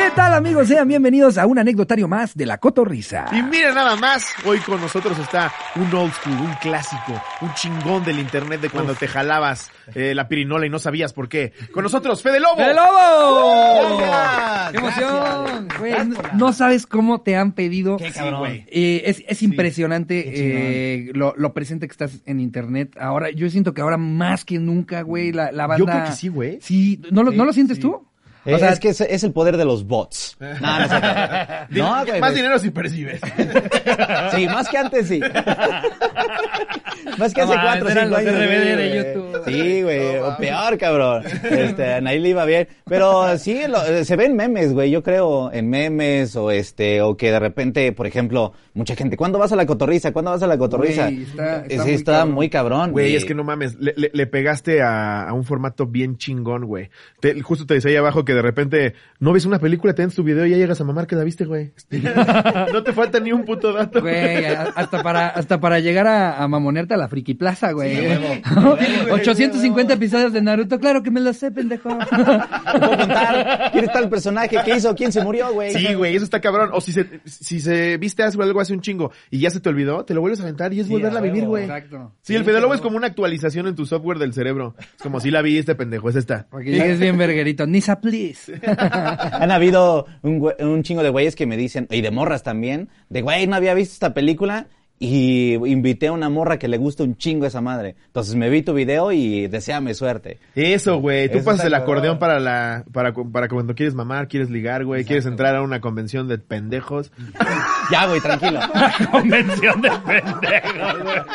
¿Qué tal, amigos? Sean bienvenidos a un anecdotario más de La Cotorrisa. Y miren nada más, hoy con nosotros está un old school, un clásico, un chingón del internet de cuando te jalabas la pirinola y no sabías por qué. Con nosotros, Fede Lobo. ¡Fede Lobo! Gracias. ¡Qué emoción! Güey, no sabes cómo te han pedido. Qué cabrón. Es impresionante lo presente que estás en internet. Ahora, yo siento que ahora más que nunca, güey, la banda... Yo creo que sí, güey. Sí, ¿no lo sientes tú? O sea, es que es el poder de los bots. No, güey, más dinero si percibes. Sí, más que antes, sí. Más que hace 4 o 5 años. De YouTube. Sí, güey, o peor, cabrón. Ahí le iba bien. Pero sí, se ven memes, güey, yo creo, en memes o que de repente, por ejemplo, mucha gente, ¿cuándo vas a La Cotorrisa? ¿Cuándo vas a La Cotorrisa? Güey, está muy cabrón. Güey, es que no mames, le pegaste a un formato bien chingón, güey. Justo te decía ahí abajo que de repente no ves una película, te das tu video y ya llegas a mamar que la viste, güey. No te falta ni un puto dato. Güey, hasta para llegar a mamonearte a la Friki Plaza, güey. Sí, 850 episodios de Naruto, claro que me lo sé, pendejo. ¿Puedo contar? ¿Quién está el personaje? ¿Qué hizo? ¿Quién se murió, güey? Sí, güey, eso está cabrón. O si se viste algo hace un chingo y ya se te olvidó, te lo vuelves a aventar y es volverla a vivir, güey. Exacto. Sí, el Fede Lobo es como una actualización en tu software del cerebro. Es como si la viste, pendejo, es esta. Porque llegues bien verguerito. Nisa, please. Han habido un chingo de güeyes que me dicen, y de morras también, de güey, no había visto esta película y invité a una morra que le gusta un chingo esa madre. Entonces me vi tu video y deséame suerte. Eso, güey. Tú Eso pasas está el acordeón para cuando quieres mamar, quieres ligar, güey, quieres entrar a una convención de pendejos. Ya, güey, tranquilo. Convención de pendejos, güey.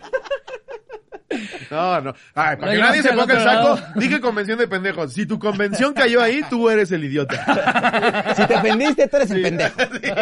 No. Ay, para que nadie se ponga el saco, dije convención de pendejos. Si tu convención cayó ahí, tú eres el idiota. Si te ofendiste, tú eres el pendejo.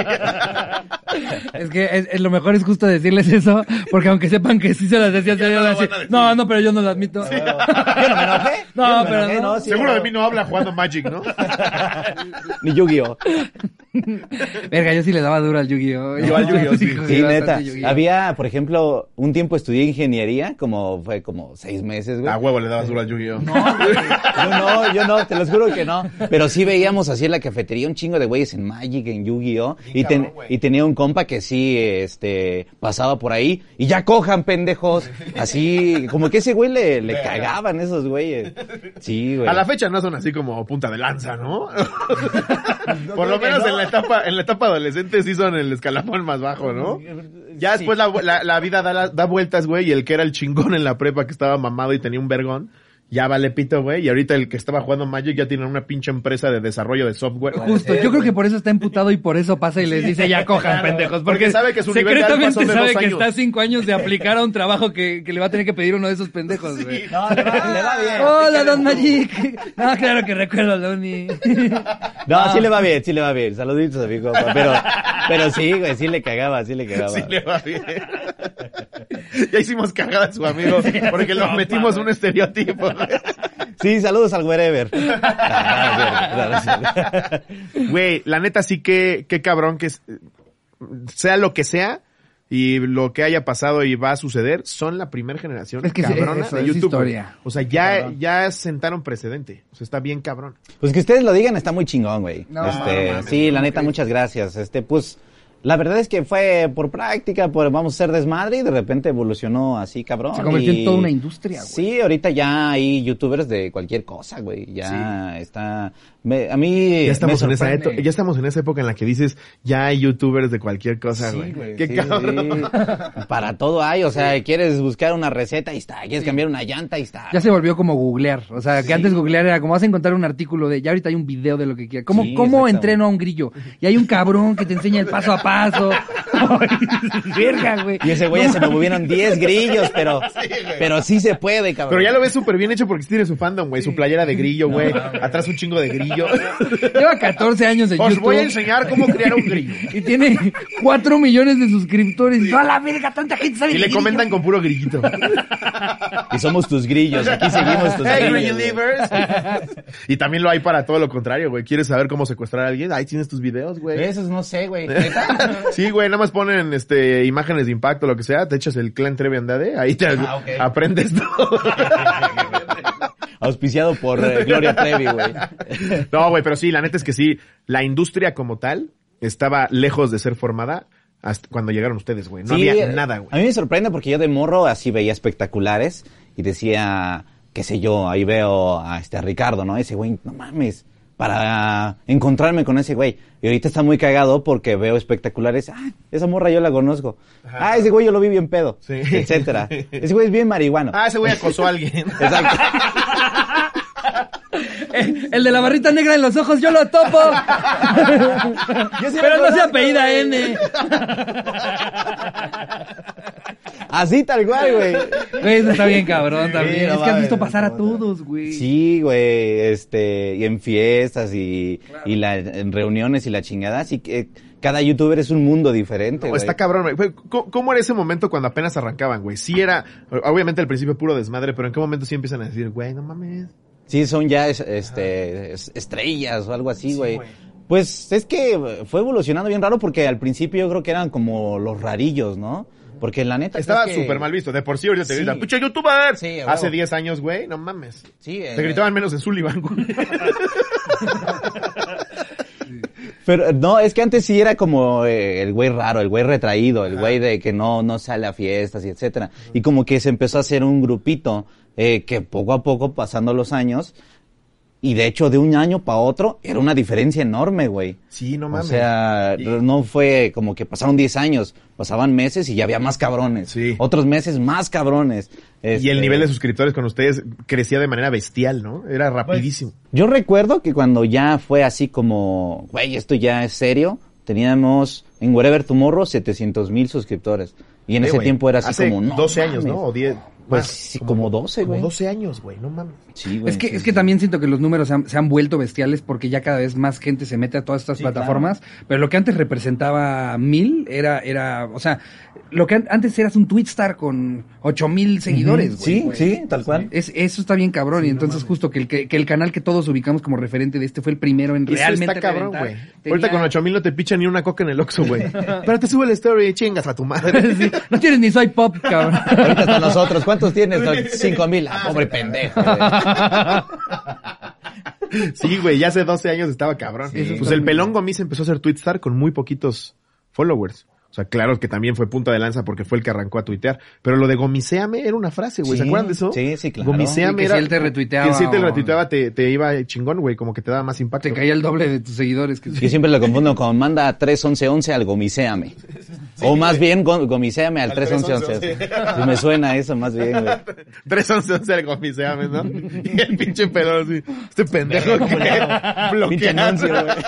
Es que lo mejor es justo decirles eso, porque aunque sepan que sí se las decías, Ya yo no las lo decía, van a decir. no, pero yo no lo admito. Yo no me enojé. No, pero no. Sí, Seguro de mí no habla jugando Magic, ¿no? Ni Yu-Gi-Oh. Verga, yo sí le daba duro al Yu-Gi-Oh. Yo al Yu-Gi-Oh, sí. Sí, bastante neta. Yu-Gi-Oh. Había, por ejemplo, un tiempo estudié ingeniería, fue como 6 meses, güey. A huevo le dabas duro al Yu-Gi-Oh. Yo no, te los juro que no. Pero sí veíamos así en la cafetería un chingo de güeyes en Magic, en Yu-Gi-Oh. Y tenía un compa que sí, pasaba por ahí. Y ya cojan, pendejos. Así, como que ese güey le cagaban esos güeyes. Sí, güey. A la fecha no son así como punta de lanza, ¿no? Por lo menos en la etapa adolescente sí son el escalafón más bajo, ¿no? Ya después la vida da vueltas, güey, y el que era el chingón en la prepa que estaba mamado y tenía un vergón, ya vale pito, güey, y ahorita el que estaba jugando Magic ya tiene una pinche empresa de desarrollo de software. Justo, yo creo que por eso está emputado y por eso pasa y les dice ya cojan, pendejos, porque sabe que su nivel de alfa secretamente son de sabe 2 que años. está a 5 años de aplicar a un trabajo que le va a tener que pedir uno de esos pendejos, güey. No, le va bien. Hola, Don Magic. No, claro que recuerdo a Loni. No, sí le va bien. Saluditos a mi compa. Pero sí, güey, sí le cagaba. Sí le va bien. Ya hicimos cagada a su amigo porque lo metimos un estereotipo. Sí, saludos al wherever. Güey, la neta sí que cabrón que sea lo que sea y lo que haya pasado y va a suceder, son la primera generación Es que cabrona eso de es YouTube. historia. O sea, ya sentaron precedente. O sea, está bien cabrón. Pues que ustedes lo digan está muy chingón, güey. No, mames, sí, la neta, muchas gracias. Pues la verdad es que fue por práctica, vamos a hacer desmadre y de repente evolucionó así, cabrón. Se convirtió en toda una industria, güey. Sí, ahorita ya hay youtubers de cualquier cosa, güey. Ya está... a mí Ya estamos me sorprende. ya estamos en esa época en la que dices, ya hay youtubers de cualquier cosa, güey. güey, Qué sí, cabrón. sí. Para todo hay, o sea, quieres buscar una receta, ahí está. Quieres cambiar una llanta, ahí está. Ya se volvió como googlear, o sea, que antes googlear era como vas a encontrar un artículo de, ya ahorita hay un video de lo que quieras. ¿Cómo exactamente. entreno a un grillo? Y hay un cabrón que te enseña el paso a paso. Verga, güey. Y ese güey ya se me movieron 10 grillos, pero sí se puede, cabrón. Pero ya lo ves súper bien hecho porque sí tiene su fandom, güey. Su playera de grillo, güey. Atrás un chingo de grillo. Lleva 14 años de Os YouTube. voy a enseñar cómo criar un grillo. Y tiene 4 millones de suscriptores. Y, ¡a la verga! Tanta gente sabe Y de le grillo. comentan con puro grillito. Y somos tus grillos, aquí seguimos tus Hey, grillos. Grilly Livers. Y también lo hay para todo lo contrario, güey. ¿Quieres saber cómo secuestrar a alguien? Ahí tienes tus videos, güey. Esos no sé, güey. Sí, güey, nada más ponen imágenes de impacto, lo que sea, te echas el clan Trevi Andade, ahí te ok. aprendes todo. Auspiciado por Gloria Trevi, güey. No, güey, pero sí, la neta es que sí, la industria como tal estaba lejos de ser formada hasta cuando llegaron ustedes, güey. No Sí, había nada, güey. A mí me sorprende porque yo de morro así veía espectaculares y decía, qué sé yo, ahí veo a Ricardo, ¿no? Ese güey, no mames, para encontrarme con ese güey. Y ahorita está muy cagado porque veo espectaculares, esa morra yo la conozco. Ajá. Ese güey yo lo vi bien pedo, Sí. etcétera. Ese güey es bien marihuano. Ese güey acosó a alguien. Exacto. El de la barrita negra en los ojos, yo lo topo. Pero no se apellida N. Así tal cual, güey. Güey, eso está bien cabrón también. Sí, no es que has mames, visto pasar a no, todos, güey. Sí, güey, y en fiestas y en reuniones y la chingada, así que cada youtuber es un mundo diferente, No, güey. está cabrón, güey. ¿Cómo era ese momento cuando apenas arrancaban, güey? Sí era, obviamente al principio puro desmadre, pero ¿en qué momento sí empiezan a decir, güey, no mames? Sí, son ya, estrellas o algo así, güey. Pues es que fue evolucionando bien raro porque al principio yo creo que eran como los rarillos, ¿no? Porque la neta... Estaba creo que- súper mal visto. De por sí ahorita te Sí. gritan, ¡pucha youtuber! Sí, Hace huevo. 10 años, güey, no mames. Sí, Te gritaban menos en Sullivan, güey. Pero no, es que antes sí era como el güey raro, el güey retraído, el güey de que no sale a fiestas y etcétera. Y como que se empezó a hacer un grupito que poco a poco, pasando los años, y de hecho de un año para otro, era una diferencia enorme, güey. Sí, no O mames. sea, no fue como que pasaron 10 años, pasaban meses y ya había más cabrones. Sí. Otros meses más cabrones. Y el nivel de suscriptores con ustedes crecía de manera bestial, ¿no? Era rapidísimo. Yo recuerdo que cuando ya fue así como, güey, esto ya es serio, teníamos en Wherever Tomorrow 700,000 suscriptores. Y en ese güey, tiempo era así hace como, no 12 años, mames. ¿no? O 10. Pues más. sí, como 12, güey. Como 12 años, güey, no mames. Sí, güey. Es que también siento que los números se han vuelto bestiales porque ya cada vez más gente se mete a todas estas plataformas, pero lo que antes representaba 1,000 era, o sea, lo que antes eras un Twitstar con 8,000 seguidores, güey. Sí, tal cual. Eso está bien cabrón, y entonces justo que el canal que todos ubicamos como referente de este fue el primero en Eso realmente está cabrón, reventar. güey. Tenía- Ahorita con 8,000 no te pichan ni una coca en el Oxxo, güey. Pero te sube el story, chingas a tu madre. Sí, no tienes ni soy pop, cabrón. Ahorita hasta nosotros, ¿cuántos tienes? 5,000. Pobre pendejo. güey. Sí, güey, ya hace 12 años estaba cabrón. Sí, Pues el pelón Gomis empezó a hacer Twitstar con muy poquitos followers. O sea, claro que también fue punta de lanza porque fue el que arrancó a tuitear. Pero lo de gomiséame era una frase, güey. ¿Se Sí, acuerdan de eso? sí, claro. Gomiséame Y que era... si él te retuiteaba Que si él te o- retuiteaba te iba chingón, güey. Como que te daba más impacto. Te caía el doble de tus seguidores. Que Yo siempre lo confundo con manda 31111 al gomiséame. O más bien gomiséame al 31111. Sí, me suena eso más bien, güey. 311 el gomiséame, ¿no? Y el pinche pelón así. Este pendejo que Pinche anuncio, bloquea. güey.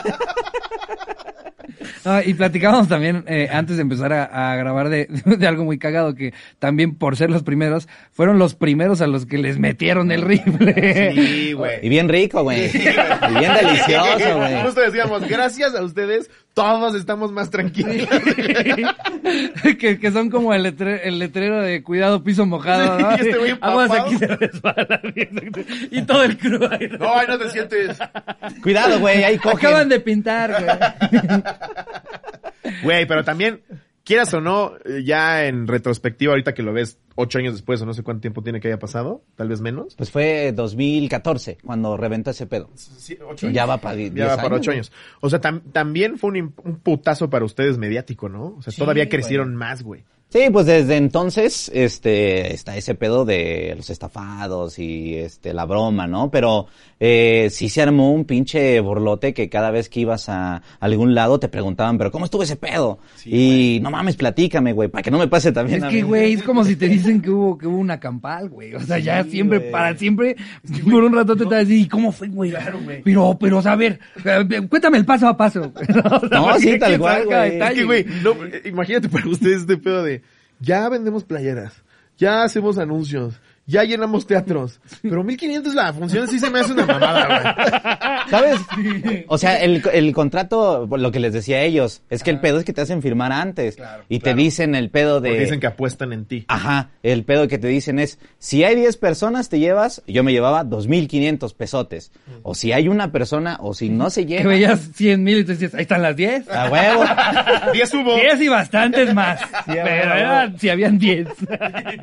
Ah, y platicábamos también, antes de empezar a grabar de algo muy cagado, que también por ser los primeros, fueron los primeros a los que les metieron el rifle. Sí, güey. Y bien rico, güey. Y bien delicioso, güey. Justo decíamos, gracias a ustedes, todos estamos más tranquilos. que son como el letrero de cuidado piso mojado, ¿no? Sí, y este güey Aguas, empapado. aquí se resbala. Y todo el crew ahí. No, ay, no te sientes. Cuidado, güey, ahí cogen. Acaban de pintar, güey. Güey, pero también, quieras o no, ya en retrospectiva, ahorita que lo ves 8 años después, o no sé cuánto tiempo tiene que haya pasado, tal vez menos. Pues fue 2014 cuando reventó ese pedo. Sí, Ya va para 10 Ya va para años, 8 años. O sea, también fue un putazo para ustedes mediático, ¿no? O sea, Sí, todavía crecieron más, güey. Sí, pues desde entonces, está ese pedo de los estafados y, la broma, ¿no? Pero, sí se armó un pinche borlote que cada vez que ibas a algún lado te preguntaban, pero ¿cómo estuvo ese pedo? Y no mames, platícame, güey, para que no me pase también Es a que, mí. güey, es como si te dicen que hubo una campal, güey. O sea, ya Sí, siempre, güey. para siempre, por un rato te vas a decir, ¿y cómo fue, güey? Claro, güey. Pero, o sea, a ver, cuéntame el paso a paso. güey. O sea, No, porque sí, hay tal que cual, saber cada güey. detalle, Es que, güey, no, imagínate para ustedes este pedo de, ya vendemos playeras, ya hacemos anuncios, ya llenamos teatros, pero 1,500 la función sí se me hace una mamada, ¿Sabes? O sea, el contrato, lo que les decía a ellos, es que el pedo es que te hacen firmar antes. Y te dicen el pedo güey. de... Porque dicen que apuestan en ti. Ajá, el pedo que te dicen es, si hay 10 personas te llevas, yo me llevaba 2,500 pesotes. O si hay una persona, o si no se Que lleva... veías 100,000 y te decías, ahí están las 10. A huevo. 10 hubo. 10 y bastantes más. Sí, pero a huevo. si habían 10.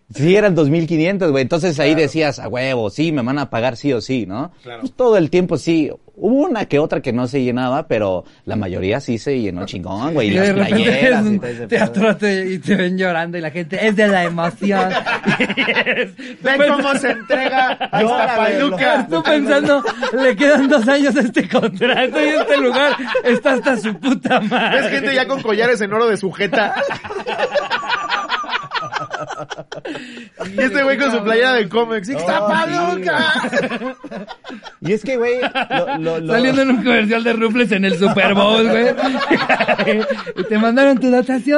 Sí, eran 2,500, güey. Entonces ahí decías, a huevo, sí, me van a pagar sí o sí, ¿no? Claro. Pues todo el tiempo sí. Hubo una que otra que no se llenaba, pero la mayoría sí se llenó chingón, güey. Y de las repente playeras es y un todo ese teatro y te ven llorando y la gente es de la emoción. Ven cómo se entrega a Iztapaluca. Tú pensando, le quedan 2 años a este contrato y este lugar está hasta su puta madre. ¿Ves gente ya con collares en oro de sujeta? Y este güey con su playera de cómics. ¡Iztapaluca! Y es que, güey, Saliendo en un comercial de Rufles en el Super Bowl, güey. Y te mandaron tu dotación.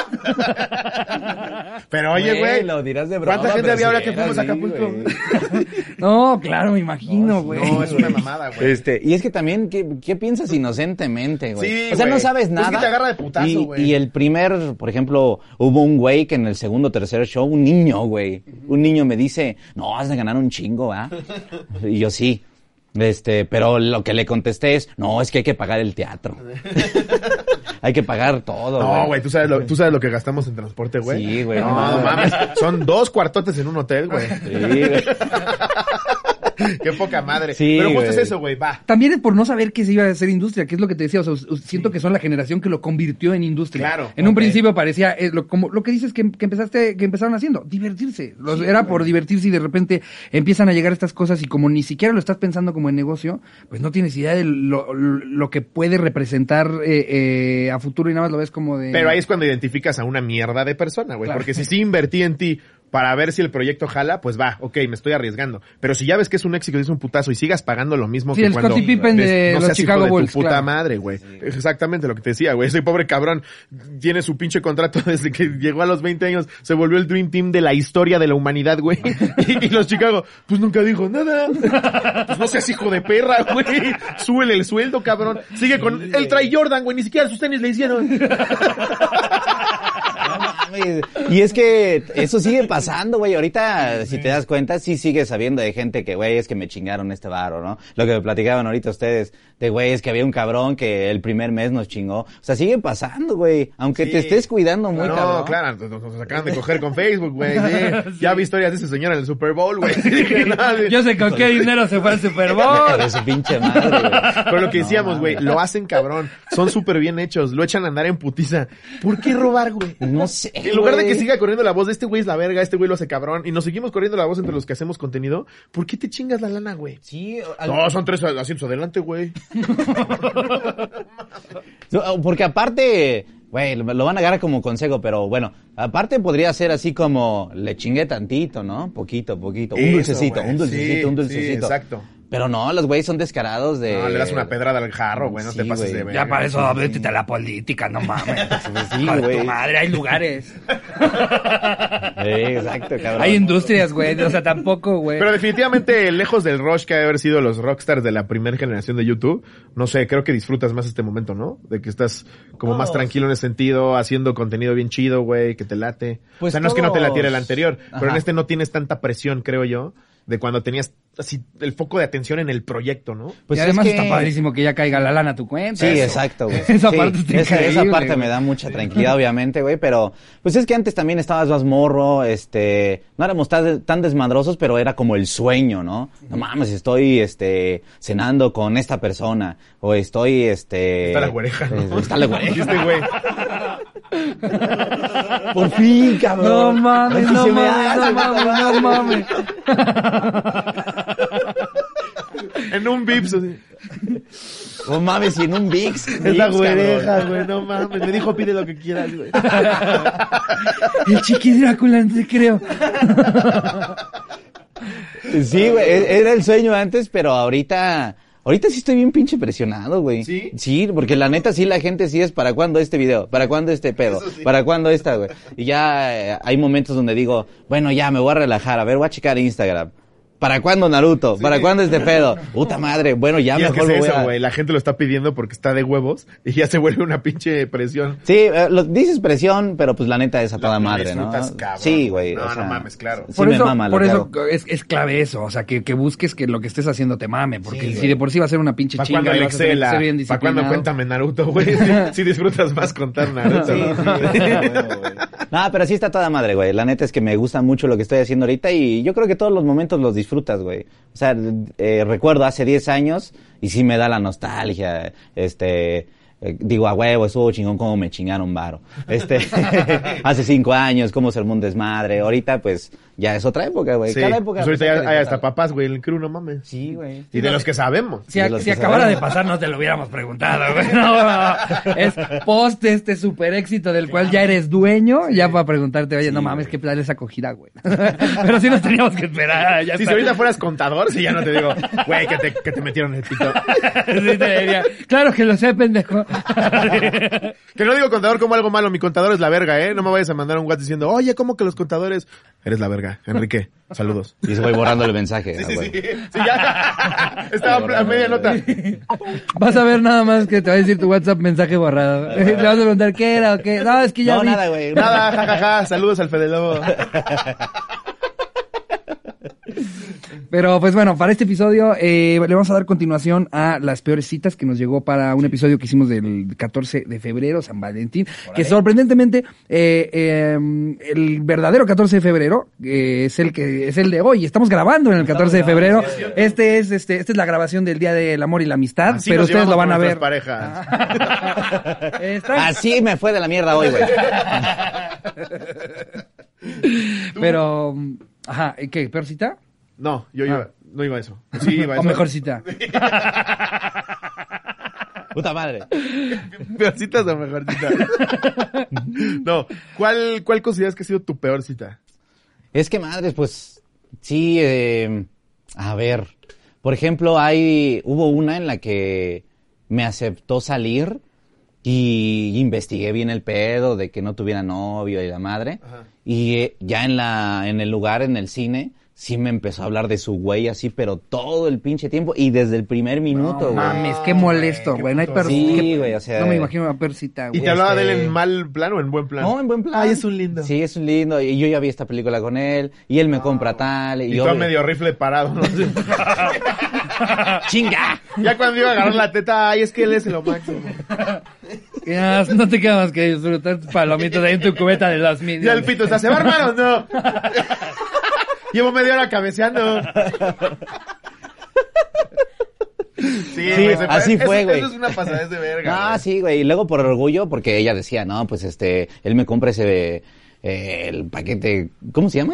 Pero oye, güey, lo dirás de broma. ¿cuánta gente pero había ahora sí que era fuimos a así, Acapulco? güey. No, claro, me imagino, güey. No, es una mamada, güey. Y es que también, ¿qué piensas inocentemente, güey? Sí, o sea, güey. no sabes Pues nada. que te agarra de putazo, güey. Y el primer, por ejemplo, hubo un güey que en el segundo o tercer show, un niño, güey. Un niño me dice, no, has de ganar un chingo, ¿ah? Y yo sí. Pero lo que le contesté es, no, es que hay que pagar el teatro. Hay que pagar todo, No, güey, ¿tú sabes lo que gastamos en transporte, güey? Sí, güey. No, no mames. Son 2 cuartotes en un hotel, güey. Sí, güey. Qué poca madre. Sí, pero justo güey. es eso, güey, va. También es por no saber que se iba a hacer industria, que es lo que te decía, o sea, siento que son la generación que lo convirtió en industria. Claro, En un ok. principio parecía, como lo que dices que empezaron haciendo, divertirse. Era por divertirse y de repente empiezan a llegar estas cosas y como ni siquiera lo estás pensando como en negocio, pues no tienes idea de lo que puede representar a futuro y nada más lo ves como de... Pero ahí es cuando identificas a una mierda de persona, güey. Claro. Porque si sí invertí en ti para ver si el proyecto jala, pues va, ok, me estoy arriesgando. Pero si ya ves que es un éxito y es un putazo y sigas pagando lo mismo Sí, que el cuando... Scottie Pippen de no los seas hijo Chicago de tu Bulls, puta claro. madre, güey. Sí. Exactamente lo que te decía, güey. Ese pobre cabrón tiene su pinche contrato desde que llegó a los 20 años. Se volvió el Dream Team de la historia de la humanidad, güey. Y los Chicago, pues nunca dijo nada. Pues no seas hijo de perra, güey. Súbele el sueldo, cabrón. Sigue con... Él trae Jordan, güey. Ni siquiera sus tenis le hicieron. Y es que eso sigue pasando, güey. Ahorita, si te das cuenta, sí sigues sabiendo de gente que, güey, es que me chingaron este varo, ¿no? Lo que me platicaban ahorita ustedes, de güey, es que había un cabrón que el primer mes nos chingó. O sea, sigue pasando, güey. Aunque te estés cuidando muy cabrón. No, claro, nos acaban de coger con Facebook, güey. Sí. Ya vi historias de ese señor en el Super Bowl, güey. Yo sé con qué dinero se fue al Super Bowl. De su pinche madre, güey. Pero lo que decíamos, güey, lo hacen cabrón. Son súper bien hechos. Lo echan a andar en putiza. ¿Por qué robar, güey? No sé, En lugar de güey. que siga corriendo la voz de este güey es la verga, este güey lo hace cabrón, y nos seguimos corriendo la voz entre los que hacemos contenido, ¿por qué te chingas la lana, güey? Sí, No, son 3 asientos adelante, güey. porque aparte, güey, lo van a agarrar como consejo, pero bueno, aparte podría ser así como le chingué tantito, ¿no? Poquito. Un Eso, dulcecito, güey. un dulcecito, Sí, un dulcecito. sí, exacto. Pero no, los güeyes son descarados de... No, le das una pedrada al jarro, güey, no Sí, te pases güey. de verga. Ya para eso, métete a la política, no mames. Sí, Hijo de güey. tu madre, hay lugares. Exacto, cabrón. Hay industrias, güey, o sea, tampoco, güey. Pero definitivamente, lejos del rush que ha de haber sido los rockstars de la primera generación de YouTube, no sé, creo que disfrutas más este momento, ¿no? De que estás como más tranquilo en ese sentido, haciendo contenido bien chido, güey, que te late. Pues o sea, no es que no te latiera el todos. anterior, pero en Ajá. este no tienes tanta presión, creo yo, de cuando tenías así el foco de atención en el proyecto, ¿no? Pues y además es que- está padrísimo que ya caiga la lana a tu cuenta. Sí, Eso. exacto, güey. Esa Sí, parte está esa increíble, parte güey. me da mucha tranquilidad, obviamente, güey, pero pues es que antes también estabas más morro, no éramos tan desmadrosos, pero era como el sueño, ¿no? No mames, estoy, cenando con esta persona, o estoy, Está la güereja, ¿no? Está la güereja. Dijiste, güey. Por fin, cabrón. No mames, Así no se me mames, hace, no mames. En un Vips. así. No mames, y en un VIX. Es la VIX, güereja, cabrón. güey, no mames. Me dijo, pide lo que quieras, güey. El Chiqui Drácula, te creo. Sí, güey, era el sueño antes, pero ahorita sí estoy bien pinche presionado, güey. ¿Sí? Sí, porque la neta sí la gente sí es ¿para cuándo este video? ¿Para cuándo este pedo? Eso sí. ¿Para cuándo esta, güey? Y ya hay momentos donde digo, bueno, ya me voy a relajar, a ver, voy a checar Instagram. ¿Para cuándo Naruto? ¿Para cuándo este pedo? Puta madre, bueno, ya y mejor es que es voy eso, a... güey. La gente lo está pidiendo porque está de huevos y ya se vuelve una pinche presión. Sí, lo dices presión, pero pues la neta es a toda Lo madre, ¿no? disfrutas, cabrón. Sí, güey. No, o sea, no mames, claro. Sí Por me eso, mama lo por que eso hago. es clave eso, o sea, que busques que lo que estés haciendo te mame, porque si de por sí va a ser una pinche ¿Para chinga, cuándo el y vas a tener que Excel? ser bien ¿Para cuándo disciplinado. cuéntame Naruto, güey? Si disfrutas más contar Naruto, Sí, ¿no? sí, güey. No, pero sí está toda madre, güey. La neta es que me gusta mucho lo que estoy haciendo ahorita y yo creo que todos los momentos los disfrutas, güey. O sea, recuerdo hace 10 años y sí me da la nostalgia, digo, a huevo, estuvo chingón como me chingaron varo. Hace 5 años, cómo se armó un desmadre. Ahorita, pues, ya es otra época, güey. Sí. Cada época. Pues ahorita pues, ya hay hasta papás, güey, el crew, no mames. Sí, güey. Y de los que sabemos. Si, De los si que acabara sabemos. de pasar, no te lo hubiéramos preguntado, güey. No, es post este super éxito del cual ya eres dueño, ya para preguntarte, oye, no mames, qué tal esa acogida, güey. Pero sí nos teníamos que esperar. Ya Si está. ahorita fueras contador, si ya no te digo, güey, que te metieron el pito. Sí te diría, claro que lo sé, pendejo. Que no digo contador como algo malo, mi contador es la verga, ¿eh? No me vayas a mandar un WhatsApp diciendo, oye, ¿cómo que los contadores? Eres la verga, Enrique. Saludos. Y se voy borrando el mensaje, Sí, güey. sí, sí, ya. Estaba a media nota. Vas a ver nada más que te va a decir tu WhatsApp mensaje borrado. Le vas a preguntar qué era o qué. No, es que ya No, vi. nada, güey. Nada, jajaja. Saludos al Fede Lobo. Pero pues bueno, para este episodio le vamos a dar continuación a las peores citas que nos llegó para un episodio que hicimos del 14 de febrero, San Valentín, que sorprendentemente el verdadero 14 de febrero es el de hoy. Estamos grabando en el 14 de febrero. Esta es la grabación del Día del Amor y la Amistad, Así pero nos ustedes lo llevamos van a con ver. nuestras parejas. Así me fue de la mierda hoy, güey. Pero, ajá, ¿qué? ¿Peor cita? No, yo no iba a eso. Sí, iba a ¿O eso. mejor cita? Puta madre. ¿Peor citas o mejor cita? No, ¿cuál consideras que ha sido tu peor cita? Es que madres, pues, sí, a ver, por ejemplo, hubo una en la que me aceptó salir y investigué bien el pedo de que no tuviera novio y la madre. Ajá. Y ya en el lugar, en el cine, sí me empezó a hablar de su güey así, pero todo el pinche tiempo y desde el primer minuto, No güey. mames, qué molesto, qué güey. No hay puto peor Sí, qué- güey, o sea... No me imagino una peor cita, ¿Y güey. te hablaba de él en mal plan o en buen plan? No, en buen plan. Ay, es un lindo. Sí, es un lindo. Y yo ya vi esta película con él, y él me compra tal, Y yo... todo medio rifle parado, ¿no? ¡Chinga! Ya cuando iba a agarrar la teta, ay, es que él es lo máximo. Ya, no te queda más que disfrutar tus palomitas ahí en tu cubeta de las mil. Ya el pito, ¿se va a armar o no? Llevo media hora cabeceando. Sí, güey, así fue, güey. Eso es una pasada de verga. Ah, güey. sí, güey. Y luego por orgullo, porque ella decía, no, pues él me compra el paquete, ¿cómo se llama?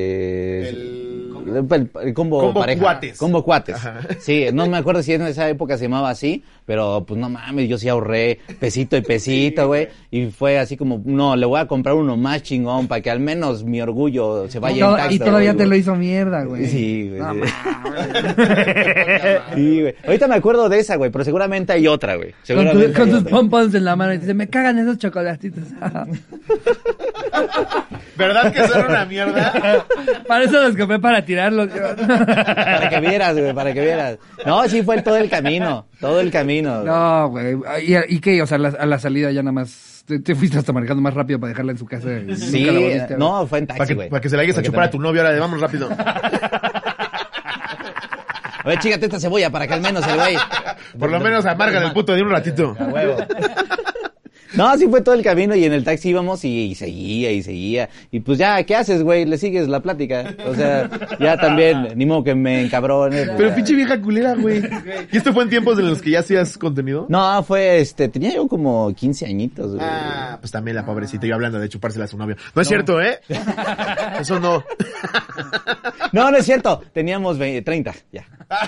El combo Combo pareja. cuates. Combo cuates. Ajá. Sí, no me acuerdo si en esa época se llamaba así, pero pues no mames, yo sí ahorré pesito y pesito, güey. Y fue así como, no, le voy a comprar uno más chingón para que al menos mi orgullo se vaya intacto. Y todavía güey. te lo hizo mierda, güey. Sí, güey. No, sí. mames. Sí, güey. Ahorita me acuerdo de esa, güey, pero seguramente hay otra, güey. Con, Seguramente con hay tus otra. pompons en la mano y dice, me cagan esos chocolatitos. ¿Verdad que son una mierda? Para eso los compré para tirarlos. Para que vieras, güey, para que vieras. No, sí fue todo el camino, todo el camino. güey. No, güey. ¿Y qué? O sea, a la salida ya nada más te fuiste hasta manejando más rápido para dejarla en su casa. Y Sí, nunca la volviste a ver. no, fue en taxi, güey. Para que se la llegues a Porque chupar a tu también- novio ahora de vamos rápido. A ver, chígate esta cebolla para que al menos el güey... Por lo menos amarga el puto de un ratito. A huevo. No, sí fue todo el camino y en el taxi íbamos y seguía y seguía. Y pues ya, ¿qué haces, güey? Le sigues la plática. O sea, ya también, ni modo que me encabrone. Pero pinche vieja culera, güey. ¿Y esto fue en tiempos en los que ya hacías contenido? No, tenía yo como 15 añitos, güey. Ah, pues también la pobrecita, yo hablando de chupársela a su novio. No es cierto, ¿eh? Eso no. No, no es cierto. Teníamos 30, ya.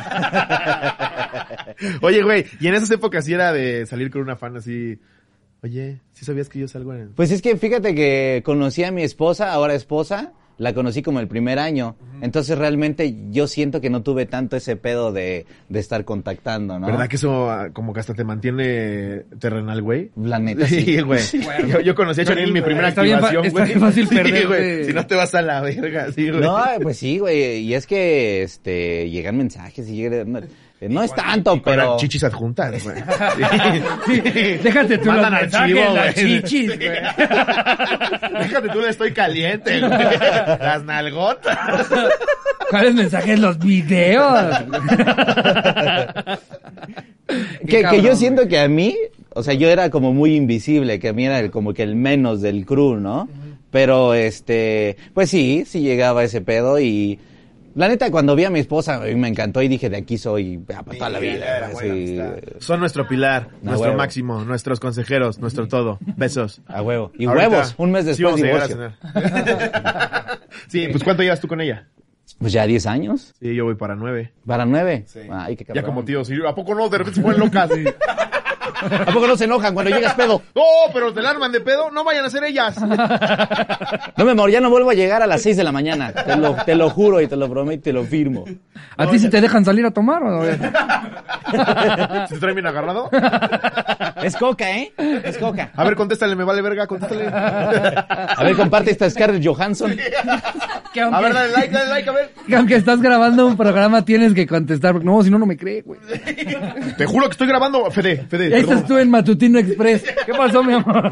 Oye, güey, y en esas épocas sí era de salir con una fan así. Oye, ¿sí sabías que yo salgo en...? Pues es que fíjate que conocí a mi esposa, ahora esposa, la conocí como el primer año. Entonces realmente yo siento que no tuve tanto ese pedo de estar contactando, ¿no? ¿Verdad que eso como que hasta te mantiene terrenal, güey? La neta, sí. Sí, güey. Yo conocí a Chanel en mi primera activación, güey. Está bien fácil Sí, perderte. güey. Si no te vas a la verga, sí, güey. No, pues sí, güey. Y es que llegan mensajes y no es tanto, Con pero... las chichis adjuntas, güey. Sí, déjate tú los Mandan mensajes, archivo, las güey. chichis, güey. Déjate tú, le estoy caliente, güey. Las nalgotas. ¿Cuáles mensajes? Los videos. Que yo siento que a mí, o sea, yo era como muy invisible, que a mí era como que el menos del crew, ¿no? Pero, pues sí llegaba ese pedo y... La neta, cuando vi a mi esposa, a mí me encantó y dije, de aquí soy para toda la vida. Sí. Son nuestro pilar, nuestro huevo. máximo, nuestros consejeros, nuestro todo. Besos. A huevo. Y Ahorita, huevos, un mes sí después vamos a llegar a divorcio. cenar. Sí, pues ¿cuánto llevas tú con ella? Pues ya 10 años. Sí, yo voy para 9. ¿Para 9? Sí. Ay, qué cabrón. Ya como tío, sí, ¿a poco no? De repente se ponen locas. ¿A poco no se enojan cuando llegas pedo? No, pero te la arman de pedo, no vayan a ser ellas. No, mi amor, ya no vuelvo a llegar a las 6 de la mañana. Te lo juro y te lo prometo y te lo firmo. ¿A ti si te dejan salir a tomar o no? ¿Se te trae bien agarrado? Es coca, ¿eh? Es coca. A ver, contéstale, me vale verga, contéstale. A ver, comparte esta Scarlett Johansson. Que aunque, A ver, dale like, a ver. que aunque estás grabando un programa tienes que contestar, porque no, si no, no me cree, güey. Te juro que estoy grabando, Fede. Estás tú en Matutino Express. ¿Qué pasó, mi amor?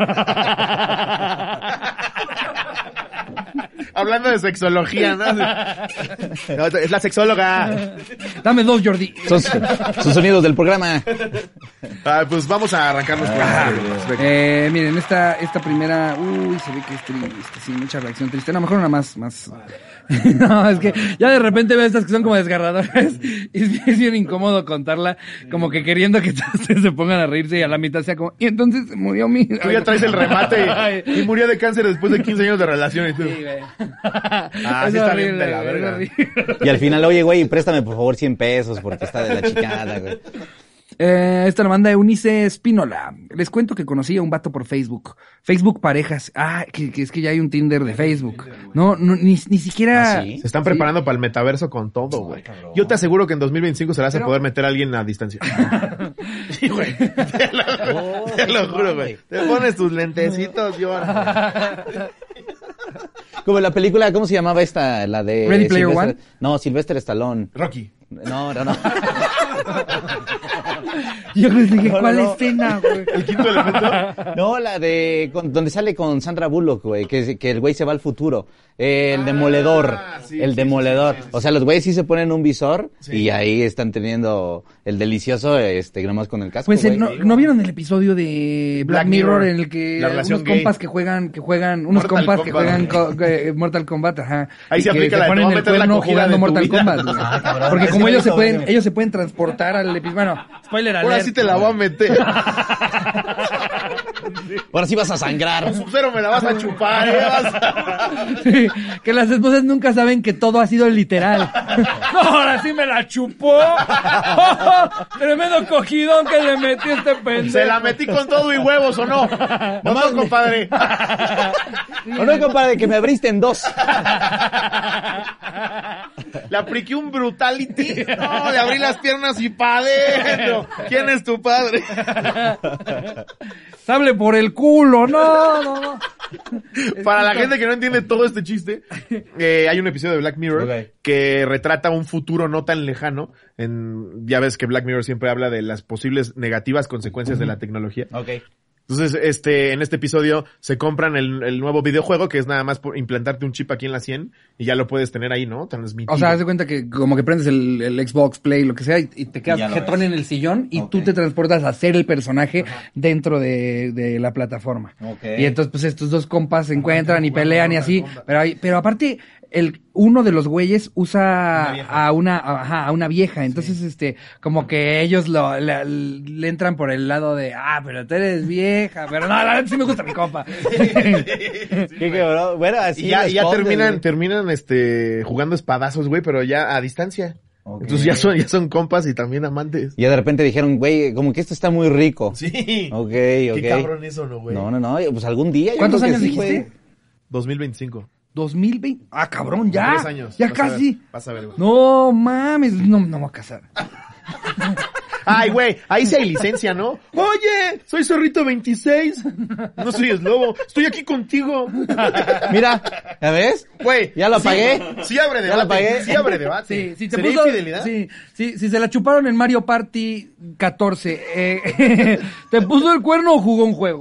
Hablando de sexología, ¿no? No, es la sexóloga. Dame 2, Jordi. Son sonidos del programa. Pues vamos a arrancarnos por Miren, esta primera, se ve que es triste, sí, mucha reacción triste. No, mejor una más. No, es que ya de repente veo estas que son como desgarradoras y es bien incómodo contarla, como que queriendo que todos se pongan a reírse y a la mitad sea como, y entonces murió mi... Tú ya traes el remate y murió de cáncer después de 15 años de relación y tú. Sí, güey. Ah, sí está bien de la verga. Y al final, oye, güey, préstame por favor 100 pesos porque está de la chicada, güey. Esta la manda Eunice Espínola. Les cuento que conocí a un vato por Facebook. Facebook Parejas. Que es que ya hay un Tinder de Facebook. No, ni siquiera... ¿Ah, sí? Se están preparando para el metaverso con todo, güey. Yo te aseguro que en 2025 se le vas a poder meter a alguien a distancia. Sí, güey. Te lo juro, güey. Te pones tus lentecitos, yo. Como la película, ¿cómo se llamaba esta? La de... Ready Player One. No, Sylvester Stallone. Rocky. No. Yo les dije, No, ¿cuál no. escena, güey? El quinto elemento. No, la de... donde sale con Sandra Bullock, güey, que el güey se va al futuro. El Demoledor. Sí, El sí, Demoledor. sí. O sea, los güeyes sí se ponen un visor y ahí están teniendo el delicioso, nomás con el casco, Pues güey. ¿no vieron el episodio de Black Mirror en el que La relación unos gay. compas que juegan, unos Mortal compas que Kombat. juegan Mortal Kombat, ajá. Ahí y se que aplica se la de, ponen te voy a el meter la cuerno cogida jugando de tu Mortal vida. Kombat. güey. cabrón. Porque Ese como me ellos hizo bien. se pueden transportar al episodio. Bueno, spoiler alert. Ahora sí te la voy a meter. Ahora sí vas a sangrar. Sub-Zero me la vas a chupar, Sí, que las esposas nunca saben que todo ha sido literal. No, ahora sí me la chupó. Tremendo cogidón que le metí a este pendejo. Se la metí con todo y huevos, ¿o no? No, compadre. ¿O no, compadre, que me abriste en 2? Le apliqué un brutality. No, le abrí las piernas y pa' adentro. ¿Quién es tu padre? Sable por el culo, no. Para la gente que no entiende todo este chiste, hay un episodio de Black Mirror Ok. que retrata un futuro no tan lejano. Ya ves que Black Mirror siempre habla de las posibles negativas consecuencias de la tecnología. Ok. Entonces, en este episodio se compran el nuevo videojuego, que es nada más por implantarte un chip aquí en la 100 y ya lo puedes tener ahí, ¿no? Transmitido. O sea, haz de cuenta que como que prendes el Xbox Play, lo que sea, y te Y quedas ya lo jetón ves. en el sillón y Ok. tú te transportas a ser el personaje dentro de la plataforma. Ok. Y entonces, pues estos dos compas se encuentran y pelean y así. Pero aparte, uno de los güeyes usa a una vieja. Entonces, como que ellos le entran por el lado de, pero tú eres vieja. Pero no, la verdad sí me gusta mi compa. Qué cabrón. Bueno, así Y ya respondes, terminan güey. jugando espadazos, güey, pero ya a distancia. Ok. Entonces ya son compas y también amantes. Y ya de repente dijeron, güey, como que esto está muy rico. Sí. Ok. Qué cabrón eso, ¿no, güey? No, pues algún día. yo ¿Cuántos creo que años sí, dijiste? güey. 2025. 2020. Ah, cabrón, ya. 3 años. Ya casi. Vas a ver, güey. No mames, no me voy a casar. Ay, güey, ahí sí hay licencia, ¿no? Oye, soy Zorrito 26. No soy Slobo. Estoy aquí contigo. Mira, ¿ya ves? Güey. Ya lo apagué. Sí abre debate. Ya lo pagué. Sí abre debate. Sí, si te ¿Sería puso, infidelidad? sí, si se la chuparon en Mario Party 14, ¿te puso el cuerno o jugó un juego?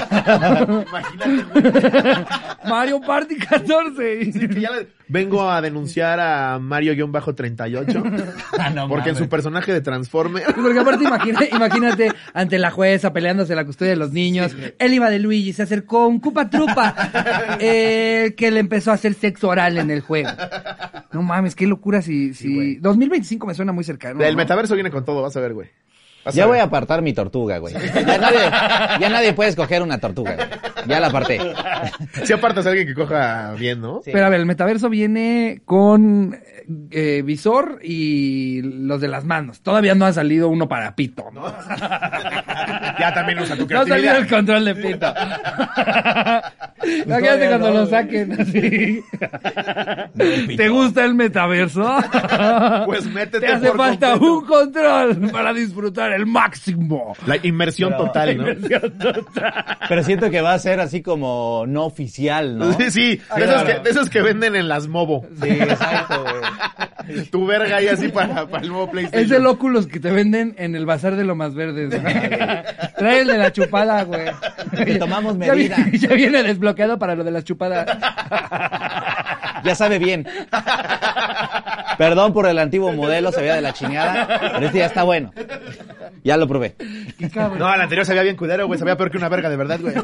Imagínate. Mario Party 14. Sí, que ya vengo a denunciar a Mario-38. No Porque en mames. su personaje de Transforme. Porque aparte imagínate ante la jueza peleándose la custodia de los niños. Él iba de Luigi, se acercó un Koopa Troopa que le empezó a hacer sexo oral en el juego. No mames, qué locura si güey. 2025 me suena muy cercano. El ¿no? metaverso viene con todo, vas a ver, güey. Vas Ya a ver. voy a apartar mi tortuga, güey. Ya nadie puede escoger una tortuga, güey. Ya la aparté. Si apartas a alguien que coja bien, ¿no? Sí. Pero a ver, el metaverso viene con visor y los de las manos. Todavía no ha salido uno para pito. ¿no? Ya también usa tu No ha salido creatividad. el control de pito. Imagínate cuando lo saquen así. ¿Te gusta el metaverso? Pues métete Te hace por falta completo. un control para disfrutar el máximo. La inmersión total, ¿no? Pero siento que va a ser así como no oficial, ¿no? Sí, sí, de esos que venden en las Movo. Sí, exacto, güey. Tu verga ahí así para el nuevo PlayStation. Es el Oculus que te venden en el bazar de lo más verdes. Trae el de la chupada, güey. Que tomamos Ya medida. ya viene desbloqueado para lo de las chupadas. Ya sabe bien. Perdón por el antiguo modelo, se veía de la chingada, pero este ya está bueno. Ya lo probé. Qué cabrón. No, el anterior sabía bien culero, güey. Sabía peor que una verga, de verdad, güey.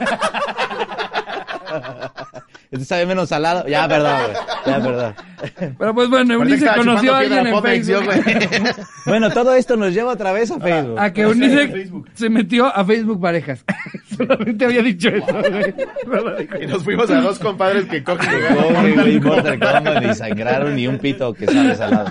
Este sabe menos salado. Ya, perdón, güey. Ya, perdón. Pero pues bueno, Parece que Eunice estaba conoció a chupando alguien en piedra Pomex, yo, Facebook. güey. Bueno, todo esto nos lleva otra vez a Facebook. A que Eunice se metió a Facebook Parejas. Solamente había dicho eso, güey. No lo dijo. Y nos fuimos a 2 compadres que cogen y Pobre, güey, Mortal Kombat, ni sangraron ni un pito que sabe salado.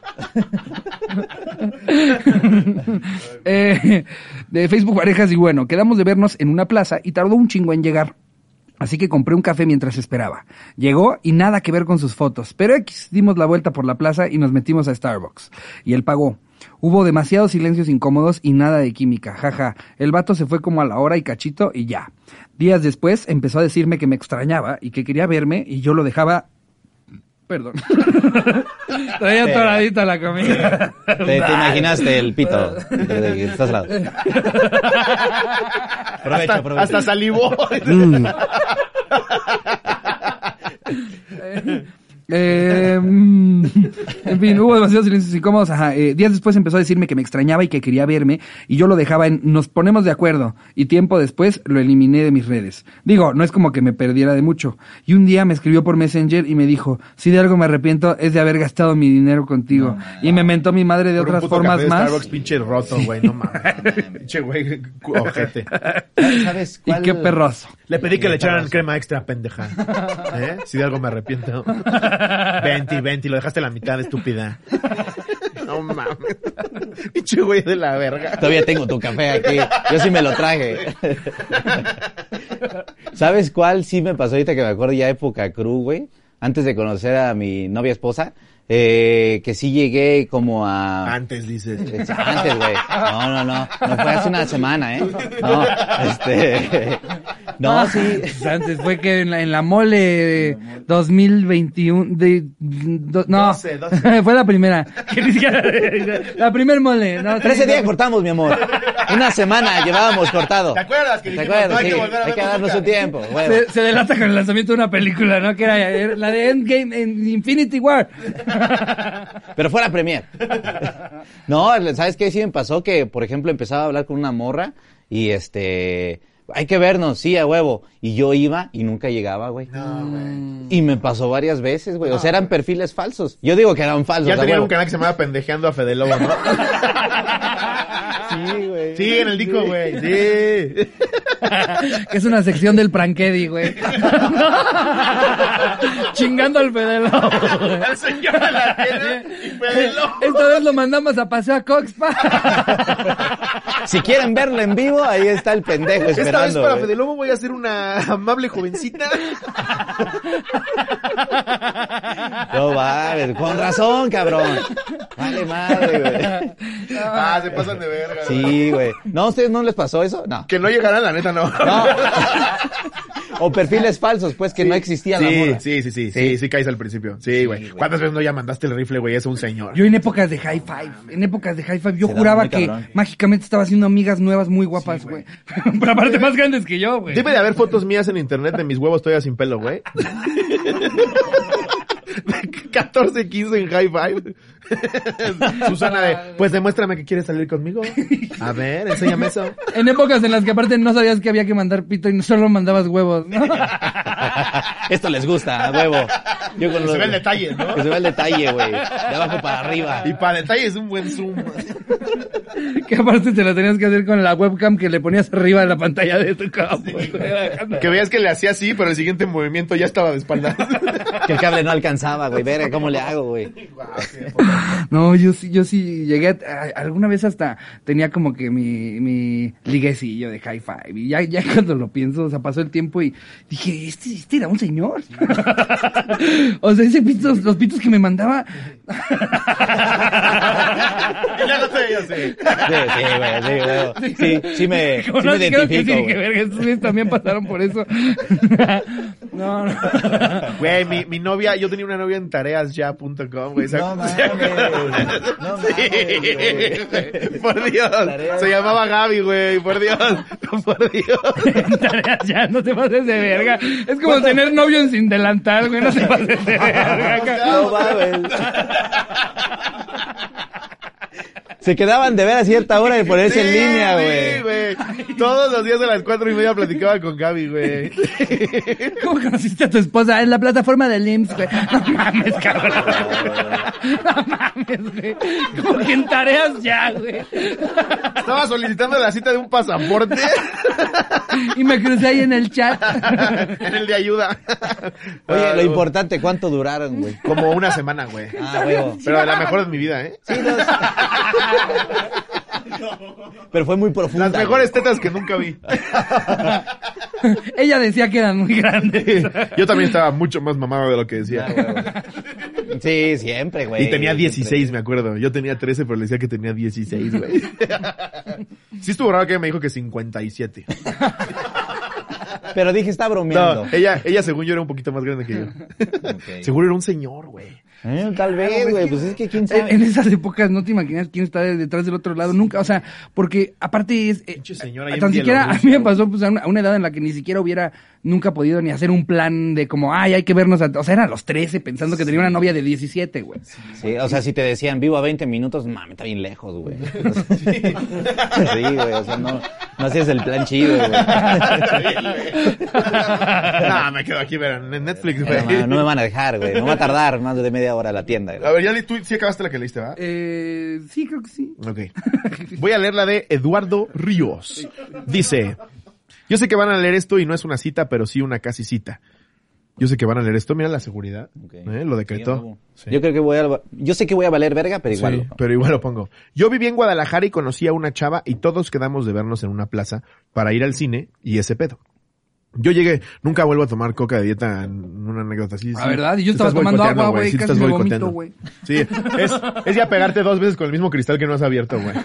De Facebook Parejas y bueno, quedamos de vernos en una plaza y tardó un chingo en llegar. Así que compré un café mientras esperaba. Llegó y nada que ver con sus fotos. Pero dimos la vuelta por la plaza y nos metimos a Starbucks. Y él pagó. Hubo demasiados silencios incómodos y nada de química. Jaja. El vato se fue como a la hora y cachito y ya. Días después empezó a decirme que me extrañaba y que quería verme y yo lo dejaba... Perdón. Traía toradita la comida. Te imaginaste el pito de que estás al lado. Provecho. Hasta salivó. En fin, hubo demasiados silencios incómodos. Ajá. Días después empezó a decirme que me extrañaba y que quería verme y yo lo dejaba en nos ponemos de acuerdo y tiempo después lo eliminé de mis redes. Digo, no es como que me perdiera de mucho. Y un día me escribió por Messenger y me dijo, si de algo me arrepiento es de haber gastado mi dinero contigo. Y me mentó mi madre de Por un otras puto formas café de más. Starbucks pinche roto, güey, no mames. Pinche güey, ojete. ¿Sabes Y cuál? qué perroso. Le pedí que le echaran crema extra, pendeja. ¿Eh? Si de algo me arrepiento. Venti, lo dejaste a la mitad, estúpida. No mames. Pinche güey de la verga. Todavía tengo tu café aquí. Yo sí me lo traje. ¿Sabes cuál sí me pasó ahorita que me acuerdo ya época crew, güey? Antes de conocer a mi novia esposa, que sí llegué como a... Antes dices. Antes, güey. No fue hace una semana, ¿eh? No, sí. Antes fue que en la mole 2021 no, 12. fue la primera. Que ni siquiera- la primer mole. No, 13 días cortamos, mi amor. Una semana llevábamos cortado. ¿Te acuerdas que ¿Te dijimos, acuerdas? no hay Sí, que volver a hay que vernos darnos nunca? un tiempo, huevo. Se delata con el lanzamiento de una película, ¿no? Que era la de Endgame en Infinity War. Pero fue la premier. No, ¿sabes qué? Sí me pasó que, por ejemplo, empezaba a hablar con una morra y hay que vernos, sí, a huevo. Y yo iba y nunca llegaba, güey. No, güey. Y me pasó varias veces, güey. O sea, eran perfiles falsos. Yo digo que eran falsos, Ya a tenían huevo. un canal que se llamaba Pendejeando a Fede Lobo, ¿no? Sí, güey. Sí, en el disco, güey. Sí. Que es una sección del Prankedi, güey. Chingando al Fede Lobo. El señor de la tienda y Fede Lobo. Esta vez lo mandamos a paseo a Coxpa. Si quieren verlo en vivo, ahí está el pendejo Es que Esta vez para güey. Fede Lobo voy a ser una amable jovencita. No mames, con razón, cabrón. Vale madre, güey. Se pasan de verga. Sí, güey. ¿No, a ustedes no les pasó eso? No. Que no llegaran, la neta, no. No. O perfiles falsos, pues, que no existía la morra. Sí, caes al principio. Sí, güey. ¿Cuántas veces no ya mandaste el rifle, güey? Es un señor. Yo en épocas de High Five, yo Se juraba daba muy que cabrón. mágicamente estaba haciendo amigas nuevas muy guapas, güey. Pero aparte más grandes que yo, güey. Debe de haber fotos mías en internet de mis huevos todavía sin pelo, güey. 14, 15 en High Five. Susana pues demuéstrame que quieres salir conmigo. A ver, enséñame eso. En épocas en las que aparte no sabías que había que mandar pito y no solo mandabas huevos, ¿no? Esto les gusta, a huevo. Yo con Que se ve el detalle, ¿no? Que se ve el detalle, güey. De abajo para arriba. Y para detalle es un buen zoom. Que aparte te lo tenías que hacer con la webcam que le ponías arriba de la pantalla de tu cama. Que veas que le hacía así, pero el siguiente movimiento ya estaba de espaldas. Que el cable no alcanzaba, güey. Verga, ¿cómo le hago, güey? No, yo sí llegué alguna vez hasta tenía como que mi liguecillo de High Five. Y ya cuando lo pienso, o sea, pasó el tiempo y dije, este era un señor. O sea, los pitos que me mandaba. Ya no sé, yo sé. Sí me Creo que identifico, sí, güey. que verga, estos güeyes también pasaron por eso. No. Güey, mi novia, yo tenía una novia en tareasya.com, güey. No mames. No mames, güey. Por Dios. Se llamaba Gaby, güey. Por Dios. Por Dios. Tareas ya, no te pases de verga. Es como tener novio en sin delantal, güey, no te pases de verga. No mames. Se quedaban de ver a cierta hora de ponerse en línea, Sí, güey. güey. Todos los días a las 4:30 platicaba con Gaby, güey. ¿Cómo conociste a tu esposa? En la plataforma del IMSS, güey. No mames, cabrón. No mames, güey. Como que en tareas ya, güey. Estaba solicitando la cita de un pasaporte Y me crucé ahí en el chat. en el de ayuda. Oye, lo importante, ¿cuánto duraron, güey? Como una semana, güey. Ah, huevo. Pero de la mejor de mi vida, ¿eh? Sí, pero fue muy profunda. Las mejores tetas que nunca vi. Ella decía que eran muy grandes. Yo también estaba mucho más mamado de lo que decía. Sí, siempre, güey. Y tenía 16, Siempre. me acuerdo. Yo tenía 13, pero le decía que tenía 16, güey. Sí estuvo raro que me dijo que 57. Pero dije, está bromeando. No, ella según yo era un poquito más grande que yo. Okay. Seguro era un señor, güey. Tal vez, güey, pues es que quién sabe. En esas épocas no te imaginas quién está detrás del otro lado, nunca, o sea, porque aparte es... Pinche señora ahí tan en siquiera a Bielorrusia, mí me pasó pues, a una edad en la que ni siquiera hubiera nunca podido ni hacer un plan de como, hay que vernos, o sea, era a los 13 pensando que tenía una novia de 17, güey. Sí, o sea, si te decían vivo a 20 minutos, mami, está bien lejos, güey. Sí, güey, o sea, no hacías el plan chido, güey. No, me quedo aquí, ver en Netflix, güey. No me van a dejar, güey. No va a tardar más de media hora la tienda, A güey. ver, ya tú sí acabaste la que leíste, ¿verdad? Sí, creo que sí. Ok. Voy a leer la de Eduardo Ríos. Dice, yo sé que van a leer esto y no es una cita, pero sí una casi cita. Yo sé que van a leer esto, mira la seguridad. Okay. Lo decretó. Sí. Yo creo que yo sé que voy a valer verga, pero igual. Sí, pero igual lo pongo. Yo viví en Guadalajara y conocí a una chava y todos quedamos de vernos en una plaza para ir al cine y ese pedo. Yo llegué, nunca vuelvo a tomar coca de dieta en una anécdota así. La verdad, y yo Te estaba estás tomando boicoteando, agua, güey, sí te casi estás me vomito, boicoteando. güey. Sí, es ya pegarte 2 veces con el mismo cristal que no has abierto, güey.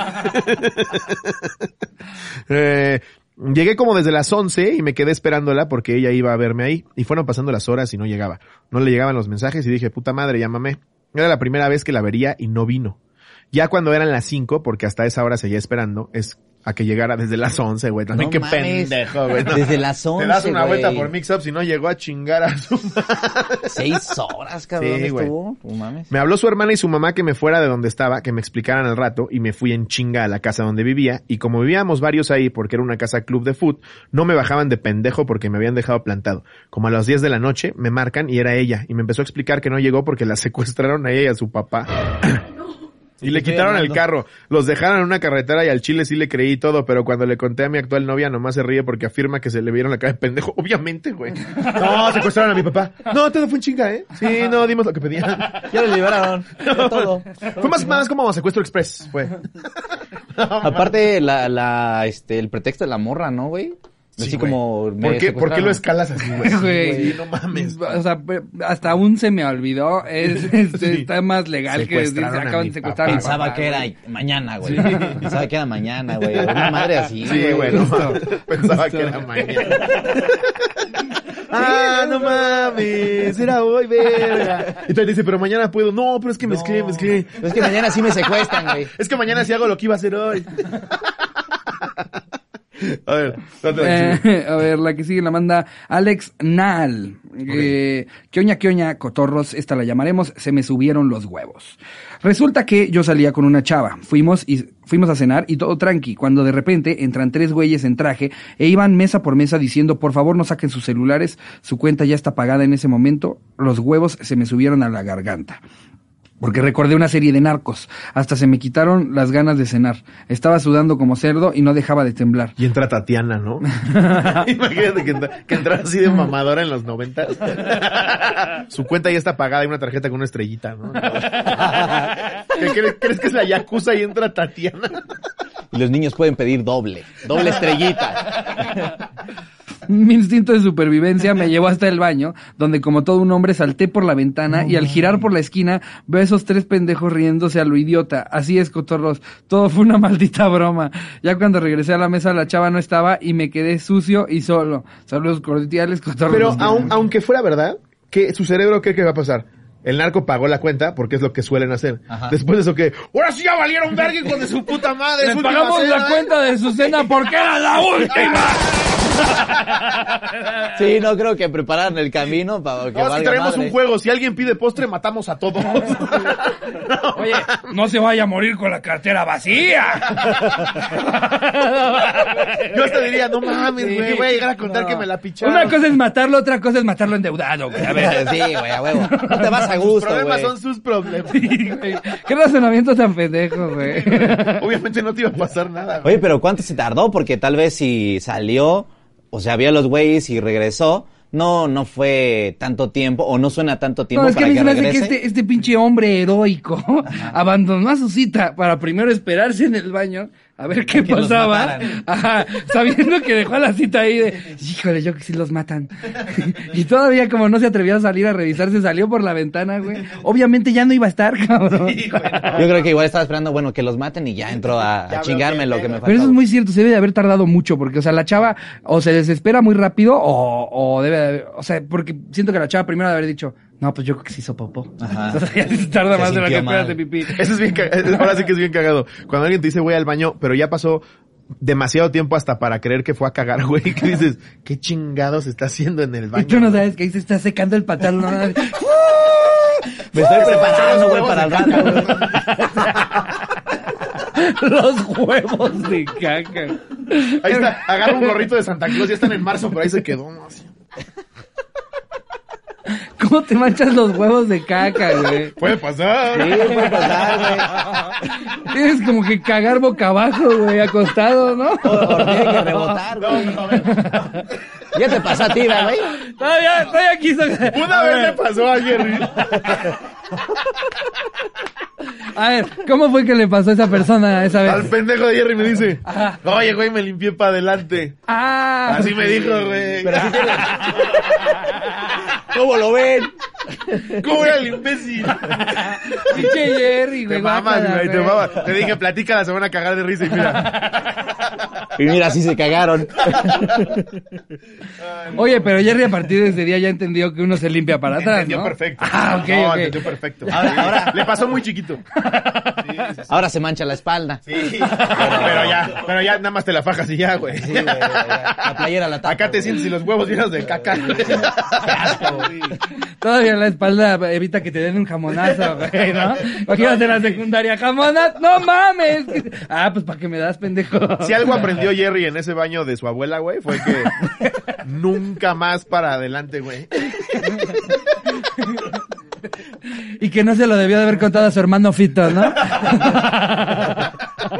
Llegué como desde las 11 y me quedé esperándola porque ella iba a verme ahí. Y fueron pasando las horas y no llegaba. No le llegaban los mensajes y dije, puta madre, llámame. Era la primera vez que la vería y no vino. Ya cuando eran las 5, porque hasta esa hora seguía esperando, es a que llegara desde las 11, güey. También No qué mames. pendejo, güey. No. Desde las 11, Te das una güey. vuelta por Mix Up si no llegó a chingar a su madre. 6 horas, cabrón, Sí, güey. estuvo. No mames. Me habló su hermana y su mamá que me fuera de donde estaba, que me explicaran al rato, y me fui en chinga a la casa donde vivía, y como vivíamos varios ahí porque era una casa club de foot, no me bajaban de pendejo porque me habían dejado plantado. Como a las 10 de la noche, me marcan y era ella, y me empezó a explicar que no llegó porque la secuestraron a ella y a su papá. Y le quitaron el carro, los dejaron en una carretera y al chile sí le creí todo, pero cuando le conté a mi actual novia nomás se ríe porque afirma que se le vieron la cara de pendejo. Obviamente, güey. No, secuestraron a mi papá. No, todo fue en chinga, ¿eh? Sí, no, dimos lo que pedían. Ya lo liberaron. De todo. Fue más como secuestro express, fue. Aparte, el pretexto de la morra, ¿no, güey? Así Sí, como... ¿Por qué lo escalas así, güey? Güey. Sí, no mames. O sea, hasta aún se me olvidó. Está más legal que decir, Secuestraron a acaban mi de secuestrar a mi Pensaba papá, que era güey. mañana, güey. Pensaba que era mañana, güey. Una madre así, Sí, güey, no Justo. mames. Pensaba que era mañana. No mames, era hoy, verga. Y te dice, pero mañana puedo. No, pero es que mezclé. Pero es que mañana sí me secuestran, güey. Es que mañana sí hago lo que iba a hacer hoy. A ver, date A ver, la que sigue la manda Alex Nal. ¿Qué oña, cotorros? Esta la llamaremos. Se me subieron los huevos. Resulta que yo salía con una chava. Fuimos a cenar y todo tranqui. Cuando de repente entran 3 güeyes en traje e iban mesa por mesa diciendo, por favor no saquen sus celulares. Su cuenta ya está pagada en ese momento. Los huevos se me subieron a la garganta. Porque recordé una serie de Narcos. Hasta se me quitaron las ganas de cenar. Estaba sudando como cerdo y no dejaba de temblar. Y entra Tatiana, ¿no? Imagínate que entrara así de mamadora en los 90. Su cuenta ya está pagada y una tarjeta con una estrellita, ¿no? ¿Crees que es la Yakuza y entra Tatiana? Y los niños pueden pedir doble estrellita. Mi instinto de supervivencia me llevó hasta el baño, donde como todo un hombre salté por la ventana y al girar por la esquina veo a esos 3 pendejos riéndose a lo idiota. Así es, cotorros, todo fue una maldita broma. Ya cuando regresé a la mesa la chava no estaba y me quedé sucio y solo. Saludos cordiales, cotorros. Pero aunque fuera verdad, que su cerebro cree que va a pasar. El narco pagó la cuenta porque es lo que suelen hacer. Ajá. Después de eso que, ahora sí ya valieron verga, hijo de su puta madre. Les su pagamos última la cena, cuenta de su cena porque era la última. Sí, no creo que prepararan el camino para que No, si valga traemos madre. un juego, si alguien pide postre, matamos a todos. Oye, no se vaya a morir con la cartera vacía. Yo hasta diría, no mames, Sí. güey, voy a llegar a contar que me la picharon. Una cosa es matarlo, otra cosa es matarlo endeudado, güey. A ver. Sí, güey, a huevo. No te vas a Sus gusto, problemas güey. son sus problemas. Sí, güey. Qué razonamiento tan pendejo, güey. Obviamente no te iba a pasar nada, güey. Oye, pero ¿cuánto se tardó? Porque tal vez si salió, o sea, vio a los güeyes y regresó, no fue tanto tiempo, o no suena tanto tiempo No, es que a para mí que se me hace que regrese. este pinche hombre heroico abandonó a su cita para primero esperarse en el baño a ver qué Que los pasaba. mataran. Ajá, sabiendo que dejó a la cita ahí de, híjole, yo que sí los matan. Y todavía como no se atrevió a salir a revisarse, salió por la ventana, güey. Obviamente ya no iba a estar, cabrón. Yo creo que igual estaba esperando, bueno, que los maten y ya entró a chingarme lo que me faltaba. Pero eso es muy cierto, se debe de haber tardado mucho, porque, o sea, la chava o se desespera muy rápido o debe de haber, o sea, porque siento que la chava primero debe haber dicho, no, pues yo creo que se hizo popó. Ajá. O sea, ya se tarda Se más de lo que sintió esperas mal. de pipí. Eso es bien ahora sí que es bien cagado. Cuando alguien te dice voy al baño, pero ya pasó demasiado tiempo hasta para creer que fue a cagar, güey, que dices, ¿qué chingados está haciendo en el baño? Y tú no sabes que ahí se está secando el pantalón. ¿no? Me estoy preparando, güey, para el rato. Los huevos de caca. Ahí está, agarra un gorrito de Santa Claus, ya están en marzo, pero ahí se quedó, ¿no? Así. ¿Cómo te manchas los huevos de caca, güey? Puede pasar. Sí, puede pasar, güey. Tienes como que cagar boca abajo, güey, acostado, ¿no? O tiene que rebotar, güey. Ya te pasó a ti, güey. Todavía quiso. Una vez le pasó a Jerry. A ver, ¿cómo fue que le pasó a esa persona esa Al vez? pendejo de Jerry me dice, Ajá. oye, güey, me limpié para adelante. Ah. Así me dijo, güey. Pero si tiene... ¿Cómo lo ven? ¿Cómo era el imbécil? Pinche Jerry, güey. Te mamas, guácala, güey, te mamas. Te dije, platícala, se van a cagar de risa y mira. Y mira, así se cagaron. Oye, pero Jerry a partir de ese día ya entendió que uno se limpia para atrás, Entendió ¿no? perfecto. Ah, ok, No, ok. entendió perfecto. Ahora- Le pasó muy chiquito. Ahora se mancha la espalda. Sí, pero ya nada más te la fajas y ya, güey. Sí, güey, la playera la tapa. Acá te sientes y los huevos llenos de caca. Todavía la espalda evita que te den un jamonazo, güey, ¿no? Imagínate en la secundaria, jamonazo, no mames. Ah, pues para que me das, pendejo. Si algo aprendió Jerry en ese baño de su abuela, güey, fue que nunca más para adelante, güey. Y que no se lo debió de haber contado a su hermano Fito, ¿no? A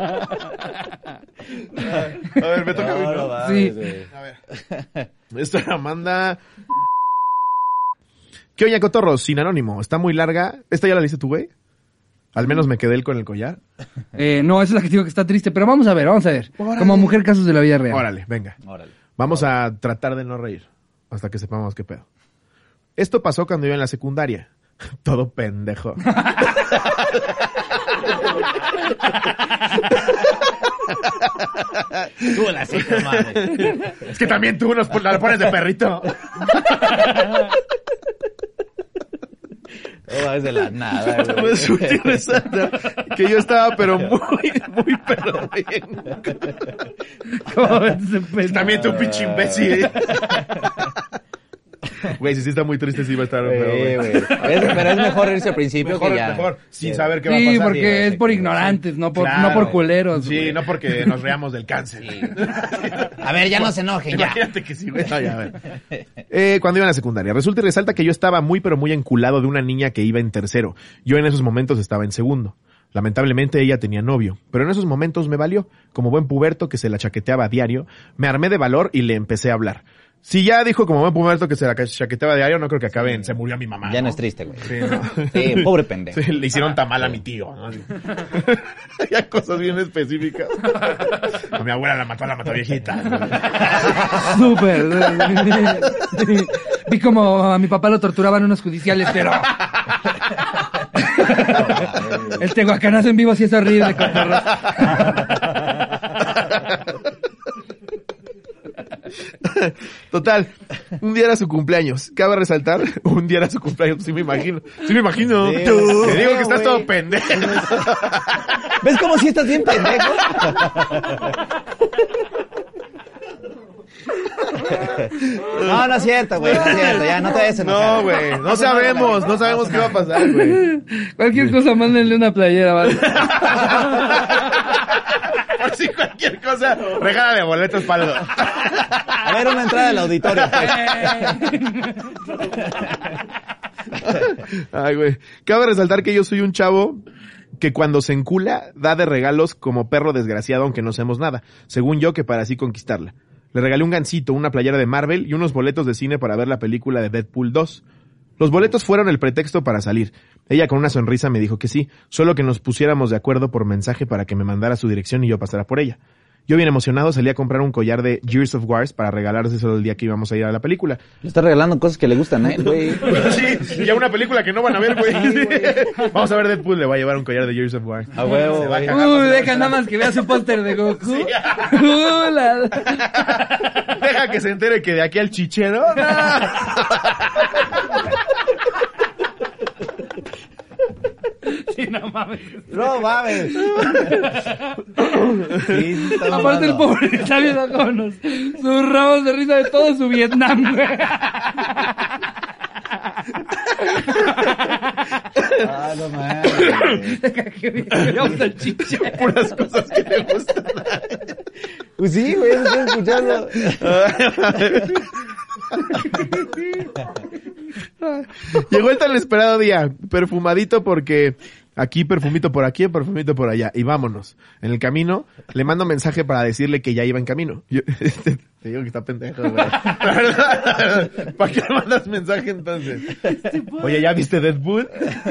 ver, me toca a mí, ¿no? Sí. A ver. Esto la manda... ¿Qué oña, cotorros? Sin anónimo. Está muy larga. ¿Esta ya la leíste tú, güey? Al menos me quedé con el collar. No, esa es la que digo que está triste, pero vamos a ver. Órale. Como mujer, casos de la vida real. Órale, venga. Vamos a tratar de no reír hasta que sepamos qué pedo. Esto pasó cuando iba en la secundaria. Todo pendejo. Tú la madre. Es que también tú la pones de perrito. Todo es de la nada, güey. Me surgió resalta que yo estaba pero muy pero bien. ¿Cómo ves ese pendejo? También tú, pinche imbécil. Güey, si sí está muy triste, sí va a estar feo, güey. Pero es mejor irse al principio que ya. Mejor, sin saber qué va a pasar. Sí, porque es por ignorantes, no por culeros. Sí, güey. no porque nos reamos del cáncer. A ver, ya no se enojen, ya. Imagínate que sí, güey. No, ya, a ver. Cuando iba a la secundaria, resulta y resalta que yo estaba muy pero muy enculado de una niña que iba en tercero. Yo en esos momentos estaba en segundo. Lamentablemente ella tenía novio, pero en esos momentos me valió. Como buen puberto que se la chaqueteaba a diario, me armé de valor y le empecé a hablar. Si ya dijo como buen puberto que se la chaqueteaba a diario, no creo que acabe en se murió mi mamá. Ya no es triste, güey. Sí, no. Sí, pobre pendejo. Sí, le hicieron tamal a mi tío, ¿no? Ya cosas bien específicas. A mi abuela la mató viejita. Súper. Vi como a mi papá lo torturaban unos judiciales, pero... El tehuacanazo en vivo sí es horrible, cotorro. Total, un día era su cumpleaños. Cabe resaltar, un día era su cumpleaños. Sí me imagino. Sí, te digo que estás todo pendejo. ¿Ves cómo si estás bien pendejo? No es cierto, güey, no es cierto, ya no te vayas a enojar. No, güey, no sabemos qué va a pasar, güey. Cualquier cosa, mándenle una playera, ¿vale? Por si cualquier cosa, regálale boletos para A ver, una entrada al auditorio, pues. Ay, güey. Cabe resaltar que yo soy un chavo que cuando se encula da de regalos como perro desgraciado aunque no hacemos nada. Según yo, que para así conquistarla. Le regalé un gansito, una playera de Marvel y unos boletos de cine para ver la película de Deadpool 2. Los boletos fueron el pretexto para salir. Ella con una sonrisa me dijo que sí, solo que nos pusiéramos de acuerdo por mensaje para que me mandara su dirección y yo pasara por ella. Yo bien emocionado salí a comprar un collar de Gears of War para regalárselo el día que íbamos a ir a la pelíula. Le está regalando cosas que le gustan, güey. Sí, ya una película que no van a ver, güey. Sí, vamos a ver Deadpool, le va a llevar un collar de Gears of War. A huevo, güey. Deja nada más que vea su póster de Goku. Sí. Deja que se entere que de aquí al chichero. No. Sí, no mames. No mames. Sí, aparte el pobre está viendo con sus ramos de risa de todo su Vietnam, güey. No mames. Qué bien, le gusta el chiche. Puras cosas que le gustan. Pues sí, güey, lo estoy escuchando. Llegó el tan esperado día, perfumadito porque aquí, perfumito por aquí, perfumito por allá, y vámonos. En el camino, le mando mensaje para decirle que ya iba en camino. Yo, te digo que está pendejo, güey. ¿Para qué le mandas mensaje entonces? Oye, ¿ya viste Deadpool?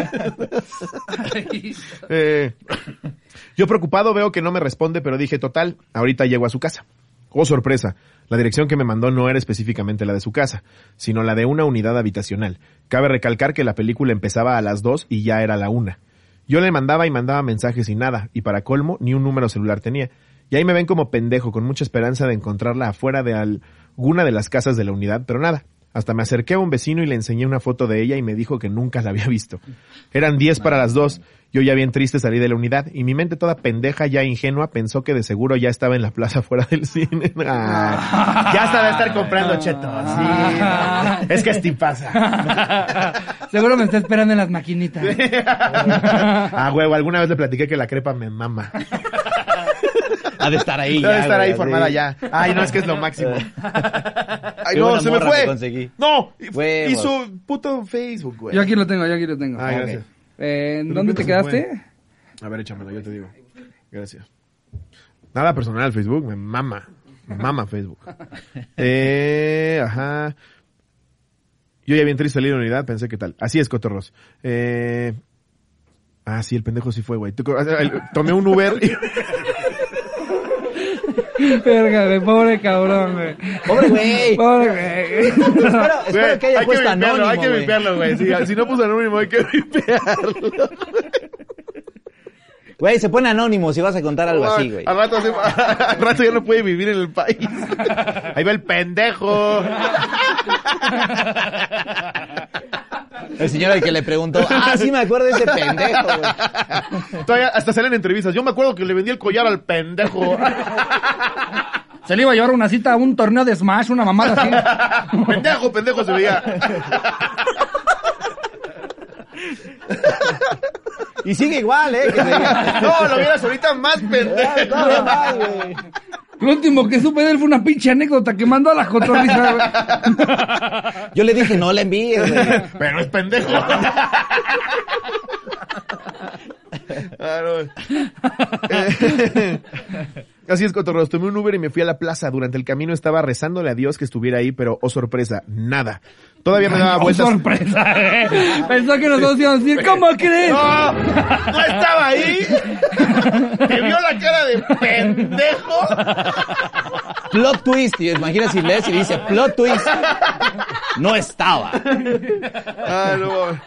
Yo preocupado veo que no me responde, pero dije, total, ahorita llego a su casa. Oh, sorpresa. La dirección que me mandó no era específicamente la de su casa, sino la de una unidad habitacional. Cabe recalcar que la película empezaba a las 2 y ya era la 1. Yo le mandaba y mandaba mensajes y nada, y para colmo, ni un número celular tenía. Y ahí me ven como pendejo, con mucha esperanza de encontrarla afuera de alguna de las casas de la unidad, pero nada. Hasta me acerqué a un vecino y le enseñé una foto de ella y me dijo que nunca la había visto. Eran 10 para las 2. Yo ya bien triste salí de la unidad y mi mente toda pendeja, ya ingenua, pensó que de seguro ya estaba en la plaza fuera del cine. Ya hasta de estar comprando chetos. Sí. Es que así pasa. Seguro me está esperando en las maquinitas. Huevo, alguna vez le platiqué que la crepa me mama. Ha de estar ahí. Debe estar ahí formada ya. Ay, no, es que es lo máximo. Ay, no, se me fue. No, y su puto Facebook, güey. Yo aquí lo tengo. Ay, gracias. ¿Dónde te quedaste? A ver, échamelo, yo te digo. Gracias. Nada personal, Facebook, me mama Facebook. Ajá. Yo ya bien triste salí de la unidad, pensé que tal. Así es, cotorros. Ah, sí, el pendejo sí fue, güey. Tomé un Uber y... Verga, güey, pobre cabrón, güey. Pobre güey. Pobre güey. Espero que haya puesto anónimo, hay que vipearlo, güey. Si no puso anónimo, hay que vipearlo. Güey, se pone anónimo si vas a contar algo así, güey. Al rato ya no puede vivir en el país. Ahí va el pendejo. El señor al que le preguntó, sí me acuerdo de ese pendejo, güey. Todavía hasta salen entrevistas. Yo me acuerdo que le vendí el collar al pendejo. Se le iba a llevar una cita a un torneo de Smash, una mamada así. Pendejo se veía. Y sigue igual, que se diga. No, lo vieras ahorita más pendejo. Todavía más, güey. Lo último que supe de él fue una pinche anécdota que mandó a la cotorriza, güey. Yo le dije, no la envíes, güey. Pero es pendejo. Así es, cotorros. Tomé un Uber y me fui a la plaza. Durante el camino estaba rezándole a Dios que estuviera ahí, pero oh sorpresa, nada. Todavía me daba vueltas. ¡Oh, sorpresa! Pensó que nosotros íbamos a decir, ¿cómo crees? ¡No! ¡No estaba ahí! ¿Te vio la cara de pendejo? Plot twist. Y imagina si lees y dice, plot twist. No estaba. No.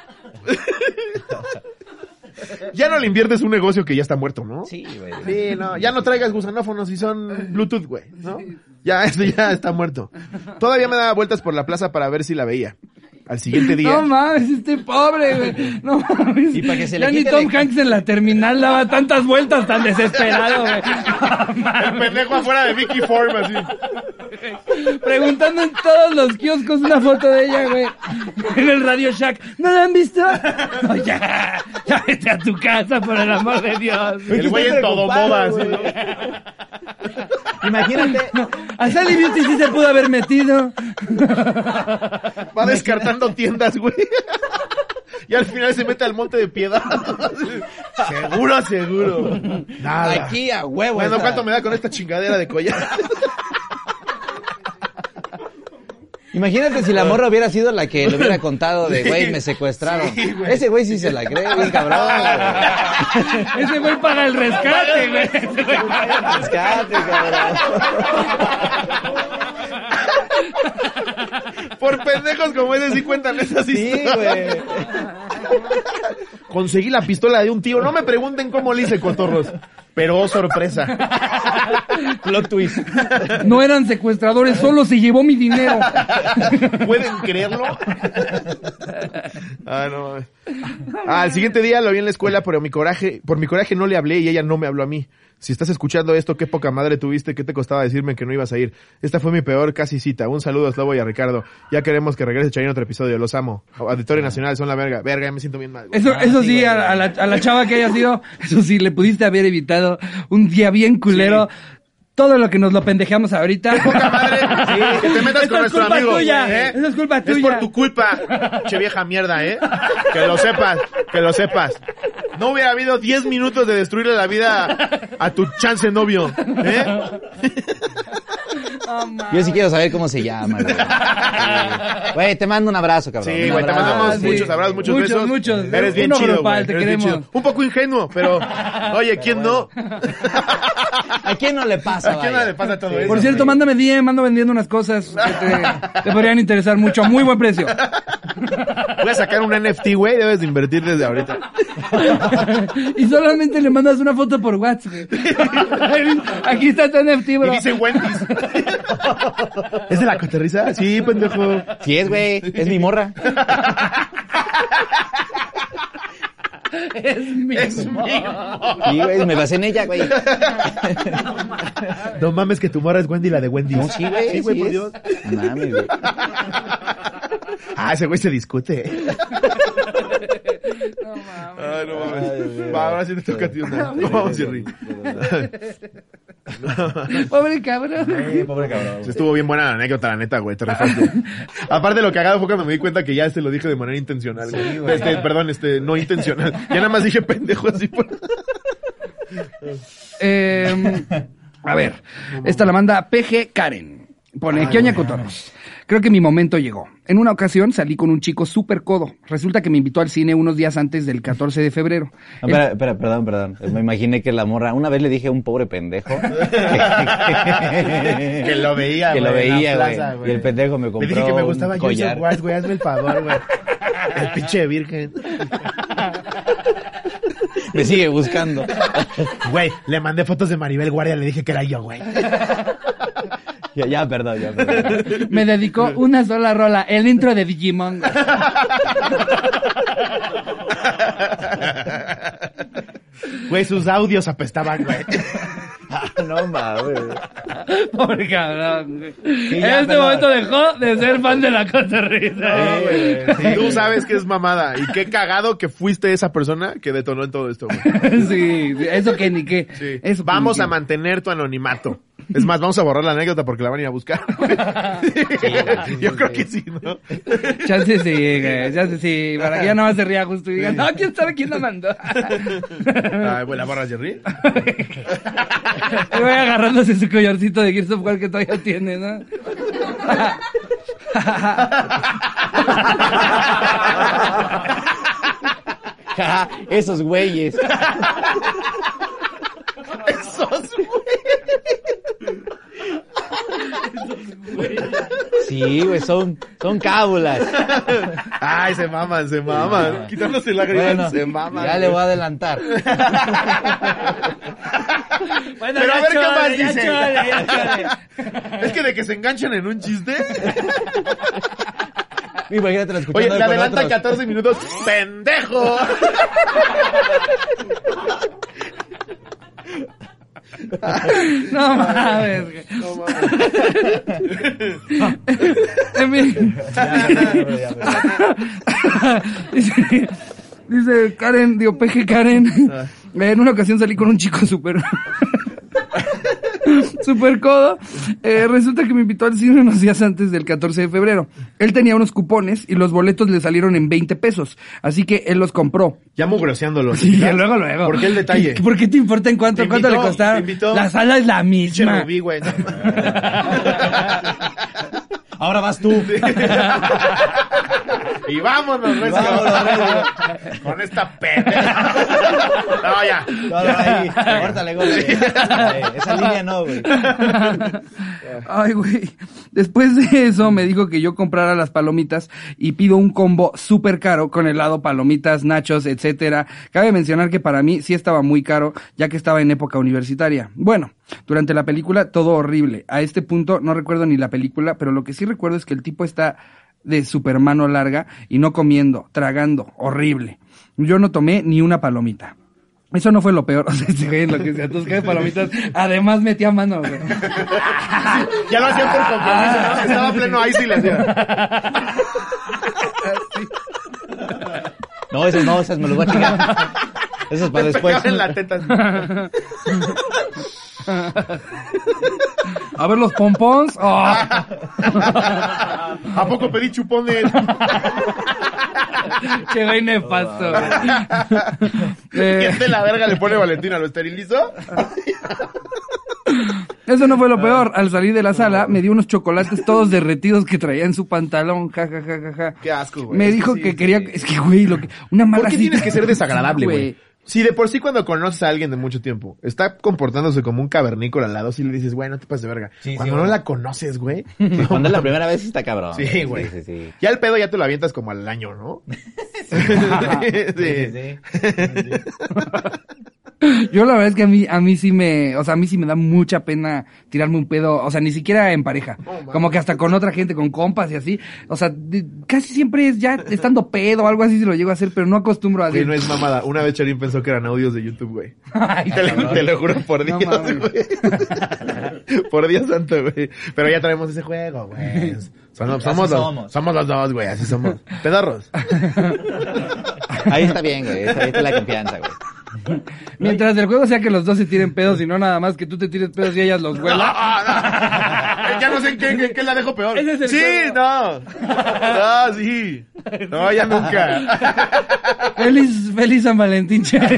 Ya no le inviertes un negocio que ya está muerto, ¿no? Sí, güey. Sí, no, ya no traigas gusanófonos si son Bluetooth, güey, ¿no? Ya, esto ya está muerto. Todavía me daba vueltas por la plaza para ver si la veía. Al siguiente día. No mames, este pobre, güey. No mames. Y para que se le ya ni quite Tom Hanks en la terminal daba tantas vueltas tan desesperado, güey. El pendejo afuera de Vicky Form, así. Preguntando en todos los kioscos una foto de ella, güey. En el Radio Shack. ¿No la han visto? No, ya vete a tu casa, por el amor de Dios. El güey en todo moda, así. Imagínate. A Sally Beauty sí se pudo haber metido. Va descartando tiendas, güey. Y al final se mete al Monte de Piedad. Seguro. Nada. Aquí a huevo. Bueno, ¿cuánto me da con esta chingadera de collar? Imagínate si la morra hubiera sido la que le hubiera contado de, güey, me secuestraron. Sí, güey. Ese güey sí se la cree, bien cabrón, güey. Ese güey paga el rescate, güey. Rescate, cabrón. Por pendejos como ese sí cuentan esas historias. Sí, güey. Conseguí la pistola de un tío. No me pregunten cómo le hice, cotorros. Pero oh, sorpresa. Plot twist. No eran secuestradores, solo se llevó mi dinero. ¿Pueden creerlo? No. Al siguiente día lo vi en la escuela, pero por mi coraje no le hablé y ella no me habló a mí. Si estás escuchando esto, qué poca madre tuviste, qué te costaba decirme que no ibas a ir. Esta fue mi peor casi cita. Un saludo a Slobo y a Ricardo. Ya queremos que regrese Chayanne otro episodio. Los amo. Auditorio Nacional, son la verga. Verga, ya me siento bien mal. Eso sí, a la chava que haya sido, eso sí, le pudiste haber evitado un día bien culero. Sí. Todo lo que nos lo pendejeamos ahorita. ¡Qué poca madre! Sí, que te metas con nuestro amigo. Tuya, Eso es culpa tuya. Es por tu culpa, che vieja mierda, Que lo sepas. No hubiera habido 10 minutos de destruirle la vida a tu chance novio, Yo sí quiero saber cómo se llama, güey. Güey, te mando un abrazo, cabrón. Sí, güey, te mandamos muchos abrazos, muchos besos. Muchos. Eres bien chido, grupal, te queremos. Un poco ingenuo, pero, oye, ¿quién no? ¿A quién no le pasa, ¿A quién no le pasa todo eso? Por cierto, mándame DM, ando vendiendo unas cosas que te podrían interesar mucho. A muy buen precio. Voy a sacar un NFT, güey, debes de invertir desde ahorita. Y solamente le mandas una foto por WhatsApp. Aquí está tu NFT, bro. Y dice Wendy's. ¿Es de la cotorriza? Sí, pendejo. Sí es, güey. Es mi morra. Es mi morra. Sí, güey, me basé en ella, güey. No mames que tu morra es Wendy, la de Wendy's. No, sí, güey. Sí, güey, sí por es. Dios. No mames, güey. Ese güey se discute. No mames. No mames. Va, ahora sí te toca a ti una. No vamos, Jerry. Pobre cabrón. Pobre cabrón. Sí, estuvo bien buena la anécdota, la neta, güey. Te rifaste. Aparte, lo cagado fue cuando me di cuenta que ya lo dije de manera intencional, güey. Perdón, no intencional. Ya nada más dije pendejo así por... A ver, esta la manda PG Karen. Pone, ¿qué oña cotorros? Creo que mi momento llegó. En una ocasión salí con un chico súper codo. Resulta que me invitó al cine unos días antes del 14 de febrero. Espera, perdón. Me imaginé que la morra... Una vez le dije a un pobre pendejo... que lo veía, güey. Y el pendejo me compró le dije que me gustaba collar. Joseph Ward, güey, hazme el favor, güey. El pinche virgen. Me sigue buscando. Güey, le mandé fotos de Maribel Guardia, le dije que era yo, güey. Ya, perdón. Me dedicó una sola rola, el intro de Digimon. Güey, sus audios apestaban, güey. No mames. Pobre cabrón, güey. Sí, En ya, este perdón. momento dejó de ser fan de la cotorrisa. Sí, tú sabes que es mamada. Y qué cagado que fuiste esa persona que detonó en todo esto, güey. Sí, eso que ni qué. Sí. Eso Vamos que a ni qué. mantener tu anonimato. Es más, vamos a borrar la anécdota porque la van a ir a buscar. Yo creo que sí, ¿no? Chance sí, para que ya no más se ría justo y digan, no, ¿quién sabe quién la mandó? Ay, güey, ¿la borras, Jerry? Y voy agarrándose su collarcito de Gears of War que todavía tiene, ¿no? Esos güeyes. Esos, Sí, güey, son cábulas. Ay, se maman. Quitándose la Bueno, se maman. ya le voy a adelantar. Bueno, Pero a ver qué más ya dice. chole. Es que de que se enganchan en un chiste. Imagínate escuchando Oye, le con adelanta otros. 14 minutos. ¡Pendejo! No mames, güey. No mames. En mi- dice Karen, PG Karen. En una ocasión salí con un chico súper codo. Resulta que me invitó al cine unos días antes del 14 de febrero. Él tenía unos cupones y los boletos le salieron en 20 pesos. Así que él los compró. Ya mugroseándolo. Sí, luego. ¿Por qué el detalle? ¿Por qué te importa en cuánto le costaron? invitó. La sala es la Pinche misma. Rubí, güey. Ahora vas tú. Y vámonos, recio. Vámonos, Con esta pendeja. No, ya. No, ahí. Córtale, güey. Esa línea no, güey. Ay, güey. Después de eso me dijo que yo comprara las palomitas y pido un combo súper caro con helado, palomitas, nachos, etcétera. Cabe mencionar que para mí sí estaba muy caro, ya que estaba en época universitaria. Bueno, durante la película todo horrible. A este punto no recuerdo ni la película, pero lo que sí recuerdo es que el tipo está de super mano larga y no comiendo, tragando, horrible. Yo no tomé ni una palomita. Eso no fue lo peor, o sea, ese güey, lo que se atasca de palomitas, además metía mano, güey. Ya lo hacían por compromiso, ¿no? Estaba pleno ahí sí le hacía. No, esas me los voy a chingar. Esas para después. En la teta. A ver los pompons. Oh. ¿A poco pedí chupones? Qué güey nefasto, güey. ¿Quién de la verga le pone Valentina? ¿Lo esterilizó? Eso no fue lo peor. Al salir de la sala, me dio unos chocolates todos derretidos que traía en su pantalón. Ja, ja, ja, ja, ja. Qué asco, güey. Me Es dijo sí, que sí. quería... Es que, güey, una mala ¿Por qué cita. tienes que ser desagradable, güey? Si de por sí cuando conoces a alguien de mucho tiempo está comportándose como un cavernícola al lado, si le dices, güey, no te pases de verga. Sí, Cuando sí, no güey. la conoces, güey. Cuando es la primera vez está cabrón. Sí, güey. Sí. Ya el pedo ya te lo avientas como al año, ¿no? Sí. Yo la verdad es que a mí sí me da mucha pena tirarme un pedo, o sea, ni siquiera en pareja, como que hasta con otra gente, con compas y así, o sea, casi siempre es ya estando pedo o algo así se lo llego a hacer, pero no acostumbro a Güey, hacer. no es mamada. Una vez Charín pensó que eran audios de YouTube, güey. Ay, Te lo juro por No Dios, mames. güey. Por Dios santo, güey. Pero ya traemos ese juego, güey. Somos los dos, güey. Así somos. Pedorros. Ahí está bien, güey. Ahí está la confianza, güey. Mientras el juego sea que los dos se tiren pedos y no nada más que tú te tires pedos y ellas los huelan. ya no sé en qué la dejo peor. Ese es el Sí, juego. no. No, sí. No, ya nunca. Feliz San Valentín, Cherry.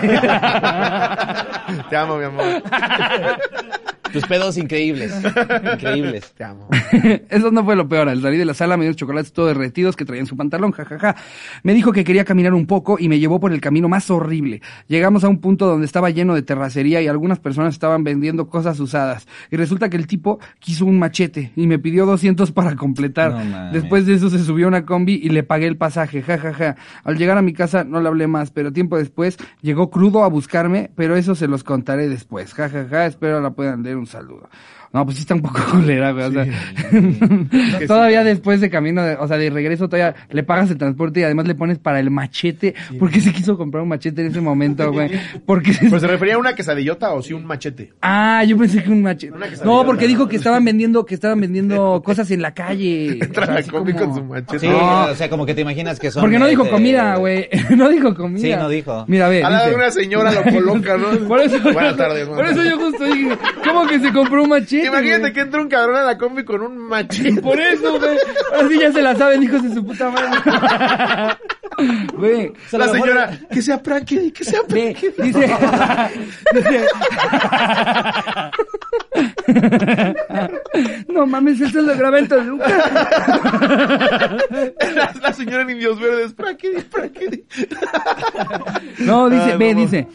Te amo, mi amor. Tus pedos increíbles. Increíbles. Te amo. Eso no fue lo peor. Al salir de la sala me dio chocolates todos derretidos que traía en su pantalón, jajaja. Me dijo que quería caminar un poco y me llevó por el camino más horrible. Llegamos a un punto donde estaba lleno de terracería y algunas personas estaban vendiendo cosas usadas. Y resulta que el tipo quiso un machete y me pidió 200 para completar. No mames. Después de eso se subió a una combi y le pagué el pasaje, jajaja. Al llegar a mi casa no le hablé más, pero tiempo después llegó crudo a buscarme, pero eso se los contaré después, jajaja. Espero la puedan leer. Un saludo. No, pues sí está un poco culera, güey. O sea, todavía después de camino, de regreso, todavía le pagas el transporte y además le pones para el machete. ¿Por qué se quiso comprar un machete en ese momento, güey? Porque ¿Pues se refería a una quesadillota o sí un machete? Ah, yo pensé que un machete. No, porque dijo que estaban vendiendo cosas en la calle. Entra O sea, la así combi como- con su machete. Sí, No. o sea, como que te imaginas que son... Porque no dijo comida, güey. No dijo comida. Sí, no dijo. Mira, ve. A la de dice- una señora lo coloca, ¿no? Por eso, Buenas tardes, por eso yo justo dije, ¿cómo que se compró un machete? Imagínate güey? que entra un cabrón a la combi con un machete. Por eso, güey. Ahora sí ya se la saben, hijos de su puta madre. Güey. La señora, que sea Prankedy, que sea Ve, Prankedy. dice, no mames, eso lo graba en Toluca. La señora en Indios Verdes, Prankedy. No, dice, Ah, ve, no, dice,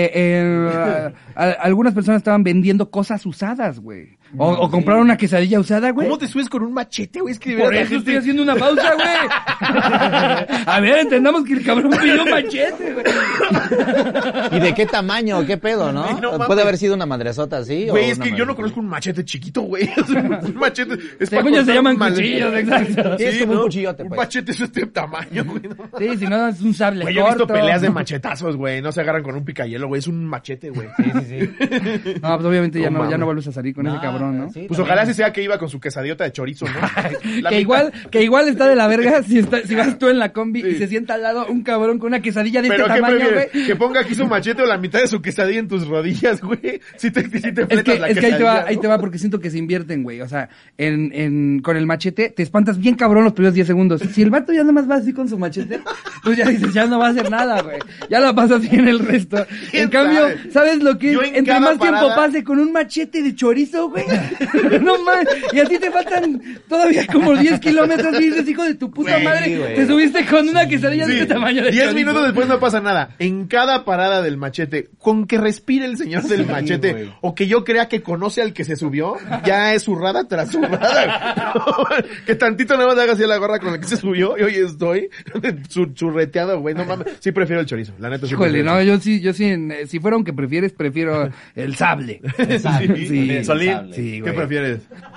algunas personas estaban vendiendo cosas usadas, güey. O compraron una quesadilla usada, güey. ¿Cómo te subes con un machete, güey? Es que de Por verdad eso la estoy gente... haciendo una pausa, güey. A ver, entendamos que el cabrón pidió un machete, güey. ¿Y de qué tamaño? ¿Qué pedo, no? Güey, no mames. ¿Puede haber sido una madresota así? Güey, o es una que yo no madresota? conozco un machete chiquito, güey. O sea, un machete es para Según yo se cortar llaman mal- cuchillos, exacto. Sí, es como un cuchillote, Un pues. machete es de este tamaño, güey. No, Sí, si no, es un sable güey, yo he visto corto. peleas de machetazos, güey. No se agarran con un picayelo, güey. Es un machete, güey. No, pues obviamente ya No no mames. vuelves a salir con ese cabrón, ¿no? sí, Pues también. ojalá sí sea que iba con su quesadiota de chorizo, ¿no? La Que mitad- igual está de la verga si vas tú en la combi y se sienta al lado un cabrón con una quesadilla de Pero este ¿qué tamaño, prefieres? güey. Que ponga aquí su machete o la mitad de su quesadilla en tus rodillas, güey. Si te Es fletas la que quesadilla. ahí te va porque siento que se invierten, güey. O sea, con el machete te espantas bien cabrón los primeros 10 segundos. Si el vato ya nada más va así con su machete, pues ya dices, ya no va a hacer nada, güey. Ya la pasas bien el resto. En ¿Quién cambio, sabe? ¿sabes lo que es? Yo en Entre cada más tiempo parada- pase con un machete de chorizo, güey. No mames. Y a ti te faltan todavía como 10 kilómetros y dices, hijo de tu puta Güey, madre, güey. te subiste con una quesadilla de Sí, este tamaño de 10 chorizo. minutos después no pasa nada. En cada parada del machete, con que respire el señor del machete, güey. o que yo crea que conoce al que se subió, ya es zurrada tras zurrada. Que tantito nada más le haga así a la gorra con la que se subió y hoy estoy churreteado, güey. No mames. Sí prefiero el chorizo, la neta. Sí Híjole, prefiero no, el yo sí, si fuera un que prefieres, prefiero el sable. Sable. Sí. Sí. Solín, Sable. Sí, ¿qué güey. prefieres?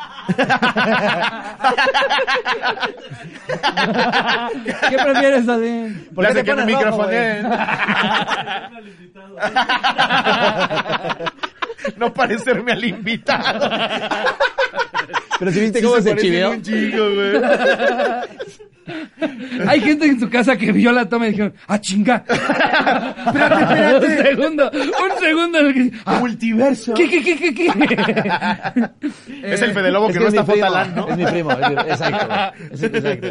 ¿Qué prefieres, Adén? ¿Por qué Gracias te que me pones rojo, microfoneé. No parecerme al invitado. Pero si viste Sí cómo se parecen chivió. un chingo, güey. Hay gente en su casa que vio la toma y dijeron, ¡ah, chinga! espérate. Un segundo. en el que, "Ah, Multiverso. ¿Qué? Es el Fede Lobo que no es está mi primo, Fotalán, ¿no? Es mi primo, exacto. Exacto.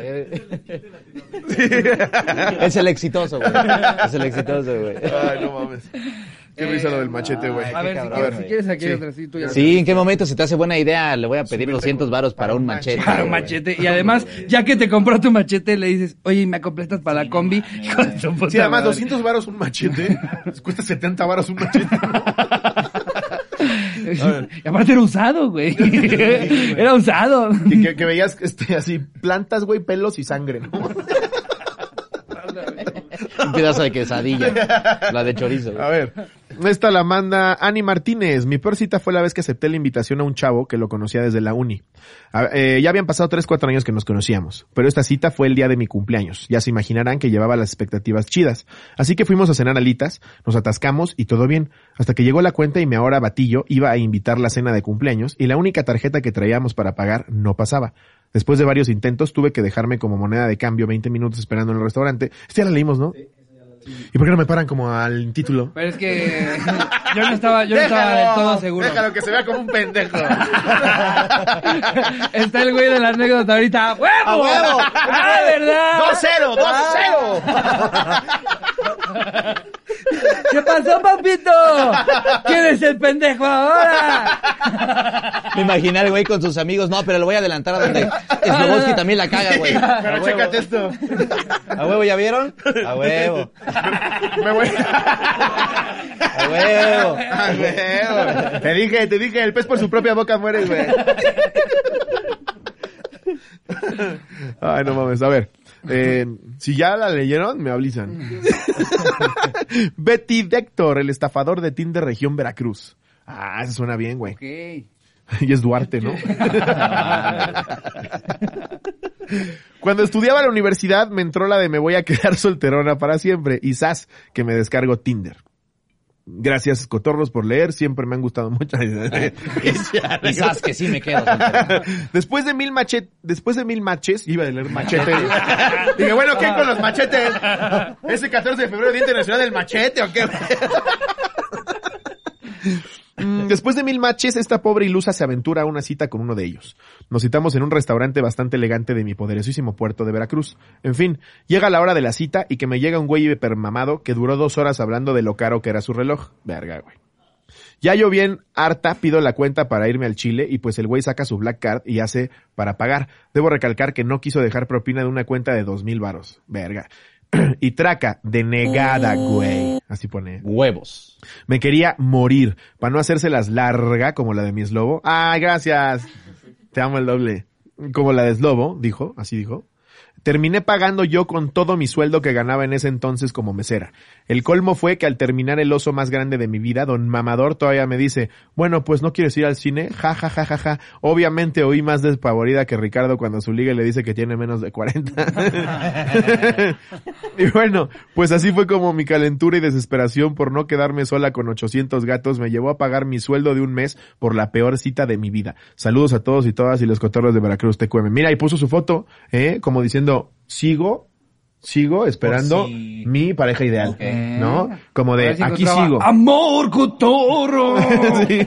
Es el exitoso, güey. Es el exitoso, güey. Ay, no mames. Qué risa lo del machete, güey. A ver, cabrón, si güey. quieres aquí Sí. otra, sí, tú ya. Sí, ¿en qué momento se te hace buena idea? Le voy a pedir 200 varos para un machete. Para un güey. machete. Y además, ya que te compró tu machete, le dices, oye, ¿me completas para la combi? Hijo de su puta Sí, además, madre. 200 varos un machete. Cuesta 70 varos un machete. Y aparte era usado, güey. Era usado. Que veías así, plantas, güey, pelos y sangre, ¿no? Un pedazo de quesadilla. La de chorizo. güey. A ver, esta la manda Ani Martínez. Mi peor cita fue la vez que acepté la invitación a un chavo que lo conocía desde la uni. Ya habían pasado 3-4 años que nos conocíamos, pero esta cita fue el día de mi cumpleaños. Ya se imaginarán que llevaba las expectativas chidas. Así que fuimos a cenar alitas, nos atascamos y todo bien. Hasta que llegó la cuenta y mi ahora batillo iba a invitar la cena de cumpleaños y la única tarjeta que traíamos para pagar no pasaba. Después de varios intentos tuve que dejarme como moneda de cambio 20 minutos esperando en el restaurante. Esta ya la leímos, ¿no? ¿Y por qué no me paran como al título? Pero es que yo no estaba del todo seguro. Déjalo que se vea como un pendejo. Está el güey de la anécdota ahorita. ¡A huevo! ¡A huevo! ¡Ah, verdad! 2-0. ¿Qué pasó, papito? ¿Quién es el pendejo ahora? Me imaginé al güey con sus amigos. No, pero lo voy a adelantar a donde Slobodsky también la caga, güey. Pero chécate esto. ¿A huevo ya vieron? A huevo. Me voy. A huevo. A huevo. Te dije, el pez por su propia boca muere, güey. Ay, no mames, a ver. Si ya la leyeron, me avisan. Betty Dector, el estafador de Tinder región Veracruz. Ah, eso suena bien, güey. Ok. Y es Duarte, ¿no? Cuando estudiaba en la universidad me entró la de me voy a quedar solterona para siempre. Y ¡zas! Que me descargo Tinder. Gracias, cotorros, por leer. Siempre me han gustado mucho. Quizás que sí me quedo. Después de 1000 matches, iba a leer machete. Dije, bueno, ¿qué con los machetes? ¿Ese 14 de febrero, Día Internacional del Machete o qué? Después de 1000 matches, esta pobre ilusa se aventura a una cita con uno de ellos. Nos citamos en un restaurante bastante elegante de mi poderosísimo puerto de Veracruz. En fin, llega la hora de la cita y que me llega un güey hipermamado que duró 2 horas hablando de lo caro que era su reloj. Verga, güey. Ya yo bien harta pido la cuenta para irme al Chile y pues el güey saca su Black Card y hace para pagar. Debo recalcar que no quiso dejar propina de una cuenta de 2,000 varos. Verga. Y traca, denegada, güey. Así pone. Huevos. Me quería morir, para no hacérselas larga como la de mi Slobo. Ah, gracias. Te amo el doble. Como la de Slobo, dijo, así dijo. Terminé pagando yo con todo mi sueldo que ganaba en ese entonces como mesera. El colmo fue que al terminar el oso más grande de mi vida, don Mamador todavía me dice, bueno, pues ¿no quieres ir al cine? Ja, ja, ja, ja, ja. Obviamente oí más despavorida que Ricardo cuando su liga le dice que tiene menos de 40. Y bueno, pues así fue como mi calentura y desesperación por no quedarme sola con 800 gatos me llevó a pagar mi sueldo de un mes por la peor cita de mi vida. Saludos a todos y todas y los cotorros de Veracruz TQM. Mira, y puso su foto, como diciendo, sigo esperando mi pareja ideal, okay. ¿no? Como de, aquí sigo. Amor cotorro. Sí.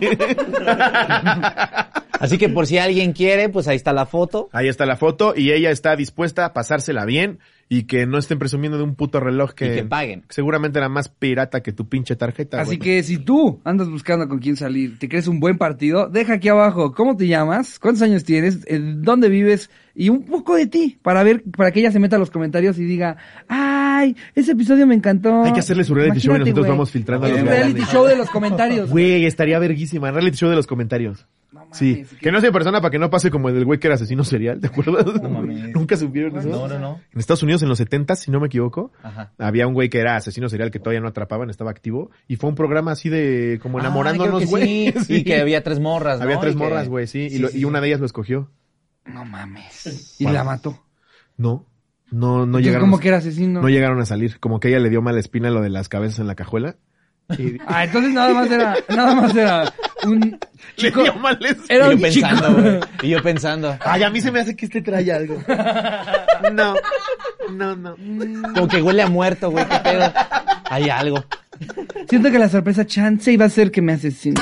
Así que por si alguien quiere, pues ahí está la foto. Ahí está la foto y ella está dispuesta a pasársela bien y que no estén presumiendo de un puto reloj que... Y que paguen. Seguramente era más pirata que tu pinche tarjeta. Así güey. que si tú andas buscando con quién salir, te crees un buen partido, deja aquí abajo cómo te llamas, cuántos años tienes, dónde vives y un poco de ti para que ella se meta a los comentarios y diga, ay, ese episodio me encantó. Hay que hacerle su reality show y nosotros güey. vamos filtrando los Un reality show de los comentarios. Güey, estaría verguísima. Reality show de los comentarios. No mames, sí, que no sea en persona para que no pase como el del güey que era asesino serial, ¿te acuerdas? No mames. ¿Nunca supieron eso? No. En Estados Unidos en los 70s, si no me equivoco, Ajá. había un güey que era asesino serial que todavía no atrapaban, estaba activo, y fue un programa así de como enamorándonos, güey. Sí. Y que había 3 morras, ¿no? Había 3 morras, güey, sí, y una de ellas lo escogió. No mames. Y la mató. No Entonces, llegaron. ¿cómo que era asesino? No llegaron a salir, como que ella le dio mala espina lo de las cabezas en la cajuela. Y... entonces nada más era un chico. Le dio mala espina. Era un pensando, chico. güey. Y yo pensando. Ay, a mí se me hace que trae algo. No. Como que huele a muerto, güey, qué pedo. Hay algo. Siento que la sorpresa chance iba a ser que me asesine.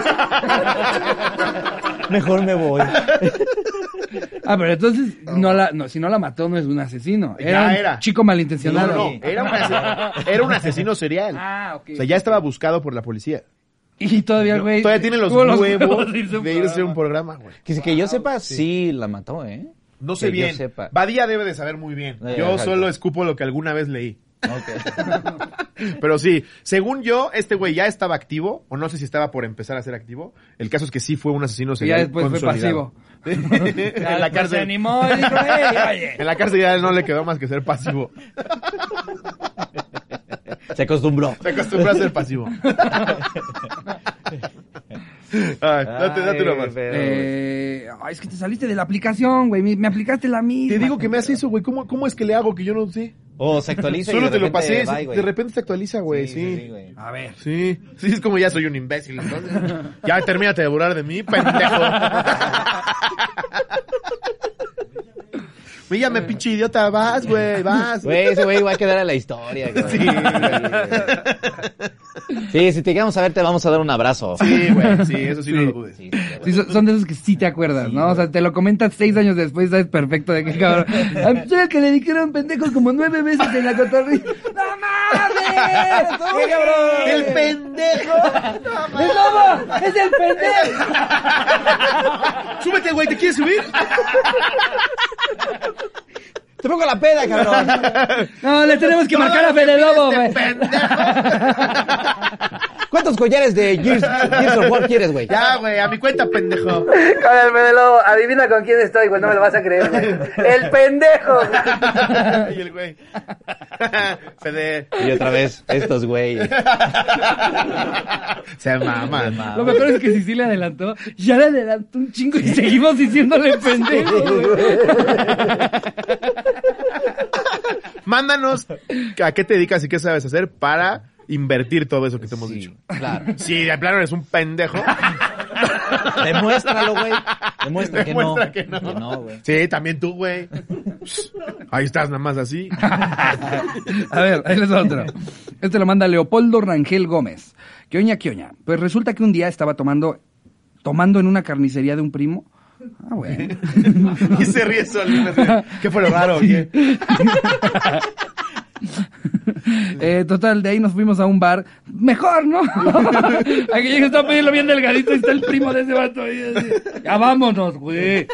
Mejor me voy. Pero entonces si no la mató no es un asesino. Era un chico malintencionado. No. Era un asesino serial. Ok. O sea, ya estaba buscado por la policía. Y todavía el güey... Todavía tiene los tuvo huevos de de irse a un programa, güey. Que yo sepa, sí la mató, ¿eh? No sé Que bien. yo sepa. Badía debe de saber muy bien. Yo exacto. solo escupo lo que alguna vez leí. Okay. Pero sí, según yo, este güey ya estaba activo, o no sé si estaba por empezar a ser activo. El caso es que sí fue un asesino Y serial. ya después fue consolidado. pasivo. En la cárcel. Se animó y dijo, oye. En la cárcel ya no le quedó más que ser pasivo. Se acostumbró. Se acostumbró a ser pasivo. Date una más. Es que te saliste de la aplicación, güey. Me aplicaste la misma. Te digo que me hace eso, güey. ¿Cómo es que le hago que yo no sé? Se actualiza. Solo y de te lo pasé. repente, De repente se actualiza, güey. Sí. güey. A ver. Sí, es como ya soy un imbécil, entonces. Ya termínate de burlar de mí, pendejo. Míllame, pinche idiota, vas, güey, vas. Güey, ese güey va a quedar a la historia. Sí. Sí, si te llegamos a ver, te vamos a dar un abrazo. Sí, güey, sí, eso sí no lo dudes. Sí, son de esos que sí te acuerdas, ¿no? O sea, te lo comentas 6 años después, sabes perfecto de qué cabrón. Soy el que le dijeron pendejo como 9 veces en la cotorrilla. ¡No mames! ¡Qué cabrón! ¡El pendejo! ¡No, ¡es lobo! ¡Es el pendejo! ¡Súbete, güey! ¿Te quieres subir? ¡Te pongo la peda, cabrón! No, le tenemos que marcar a Fede Lobo, güey. ¿Cuántos collares de Gears of War quieres, güey? Ya, güey, a mi cuenta, pendejo. Con el Fede Lobo, adivina con quién estoy, güey, no me lo vas a creer, güey. ¡El pendejo! Y el güey. Fede. Y otra vez, estos güeyes. Se mama. Lo mejor es que si le adelantó, ya le adelantó un chingo y seguimos diciéndole pendejo, güey. Mándanos a qué te dedicas y qué sabes hacer para invertir todo eso que te hemos dicho. Claro. Si de plano eres un pendejo. Demuéstralo, güey. Demuestra que no. Que no. Que no, güey. Sí, también tú, güey. Ahí estás nada más así. A ver, ahí les va otro. Este lo manda Leopoldo Rangel Gómez. ¿Qué oña? Pues resulta que un día estaba tomando en una carnicería de un primo. Ah, bueno. Y se ríe solito. ¿Qué fue lo raro? ¿Qué? Total, de ahí nos fuimos a un bar. Mejor, ¿no? Aquí llega, está pidiendo bien delgadito y está el primo de ese vato ahí. Así. Ya vámonos, güey.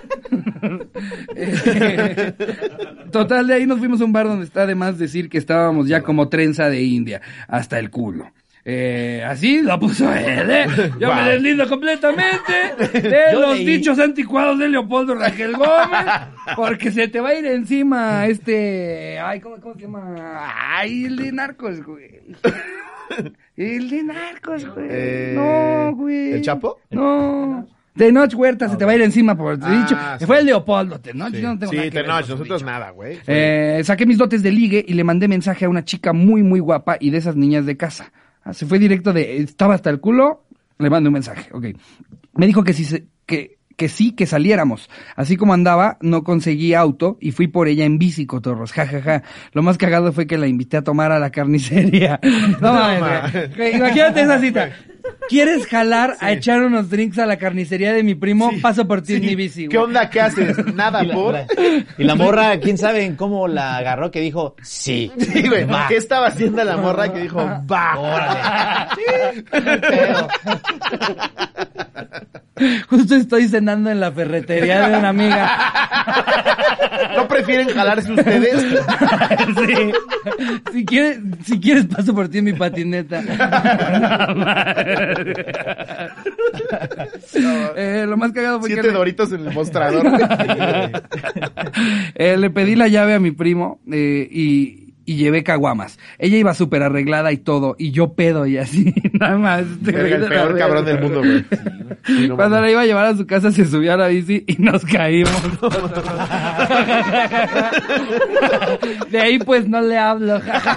Total, de ahí nos fuimos a un bar donde está de más decir que estábamos ya como trenza de India. Hasta el culo. Así lo puso él, Yo Wow. me deslindo completamente de los dichos anticuados de Leopoldo Rangel Gómez, porque se te va a ir encima ay, ¿cómo se llama? Ay, el de Narcos, güey. El de Narcos, güey. No, güey. ¿El Chapo? No. Tenoch Huerta se te va a ir encima por el dicho. Sí. Fue el Leopoldo, Tenoch, Sí, yo no tengo nada que ver Tenoch, con su nosotros dicho. nada, güey. Saqué mis dotes de ligue y le mandé mensaje a una chica muy, muy guapa y de esas niñas de casa. Se fue directo estaba hasta el culo, le mandé un mensaje, ok. Me dijo que sí, que saliéramos. Así como andaba, no conseguí auto y fui por ella en bici, cotorros, jajaja. Lo más cagado fue que la invité a tomar a la carnicería. No mames, güey. Imagínate esa cita. ¿Quieres jalar a echar unos drinks a la carnicería de mi primo? Paso por ti en mi bici, güey. ¿Qué onda? ¿Qué haces? Nada, por... Y la morra, quién sabe cómo la agarró, que dijo, sí. Sí, güey. Va. ¿Qué estaba haciendo la morra que dijo, va? Órale. Justo estoy cenando en la ferretería de una amiga. ¿No prefieren jalarse ustedes? Sí. Si quieres paso por ti en mi patineta. Lo más cagado fue 7 doritos en el mostrador. Le pedí la llave a mi primo y llevé caguamas. Ella iba súper arreglada y todo, y yo pedo y así, nada más. El peor cabrón del mundo, güey. Sí, no Cuando mames. la iba a llevar a su casa se subió a la bici y nos caímos. De ahí pues no le hablo.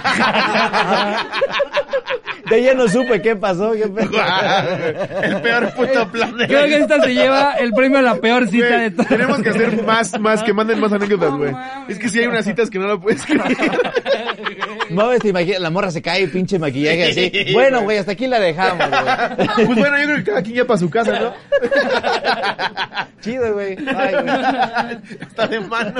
De ella no supe qué pasó. El peor puto plan de... Creo que esta se lleva el premio a la peor cita Güey, de todas. tenemos que hacer más, que manden más anécdotas, güey. mames. Es que si hay unas citas que no lo puedes creer. No, te imaginas, la morra se cae, pinche maquillaje así. Sí, Bueno, güey. güey, hasta aquí la dejamos, güey. Pues bueno, yo creo que cada quien ya para su casa, ¿no? Chido, güey. Ay, güey. Está de mano.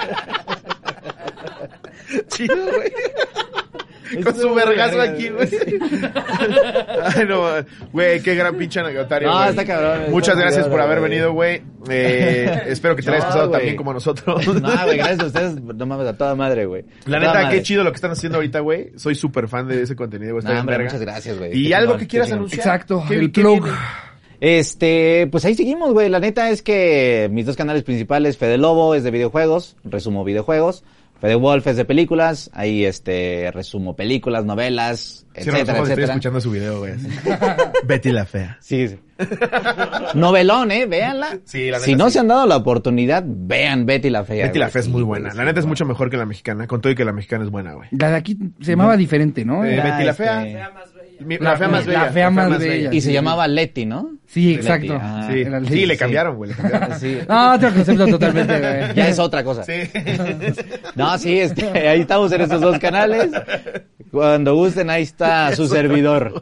Chido, güey. Con su vergazo aquí, güey. Ay, no, güey, qué gran pinche anecdotario, No, güey. está cabrón. Muchas Está gracias por cabrón, haber güey. venido, güey. Espero que te la hayas No, pasado güey. también como nosotros. No, güey, gracias a ustedes. No mames, a toda madre, güey. La A toda neta, madre. qué chido lo que están haciendo ahorita, güey. Soy súper fan de ese contenido, güey. Está No, bien hombre, verga. muchas gracias, güey. Y Qué algo chingón, que quieras qué chingón. anunciar. Exacto, ¿Qué el viene? plug. Pues ahí seguimos, güey. La neta es que mis dos canales principales, Fede Lobo es de videojuegos, resumo videojuegos. Fede Wolf es de películas, ahí resumo películas, novelas, Cierra los etcétera, ojos, estoy etcétera. escuchando su video, güey. así. Betty la fea. Sí, sí. Novelón, véanla. Sí, la neta, Si no sí. se han dado la oportunidad, vean Betty la fea. Betty la güey. fea es Sí, muy güey, buena. sí, La neta es güey. mucho mejor que la mexicana, con todo y que la mexicana es buena, güey. La de aquí se llamaba diferente, ¿no? Betty la este, fea. Sea más bella. La fea más bella. La fea más bella. Y se llamaba Leti, ¿no? Sí, exacto. Leti, ah. Sí, Era sí, le cambiaron, güey. Sí. No, otro concepto totalmente, güey. Ya es otra cosa. Sí. No, sí, ahí estamos en estos dos canales. Cuando gusten, ahí está su servidor.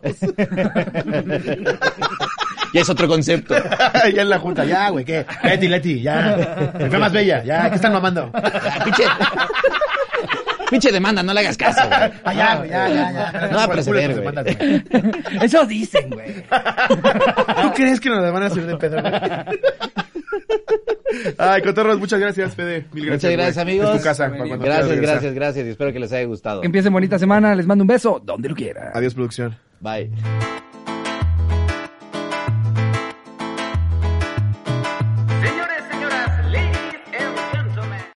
Ya es otro concepto. Ya en la junta, ya, güey, ¿qué? Leti, ya. La fea más bella, ya. ¿Qué están mamando? Pinche demanda, no le hagas caso, güey. Ya, güey, ya. No va a proceder, güey. Eso dicen, güey. ¿Tú crees que nos la van a hacer de pedo, güey? Ay, cotorros, muchas gracias, Fede. Mil gracias. Muchas gracias, güey. amigos. Es tu casa. Para cuando quieras regresar. Gracias. Y espero que les haya gustado. Que empiecen bonita semana. Les mando un beso donde lo quiera. Adiós, producción. Bye.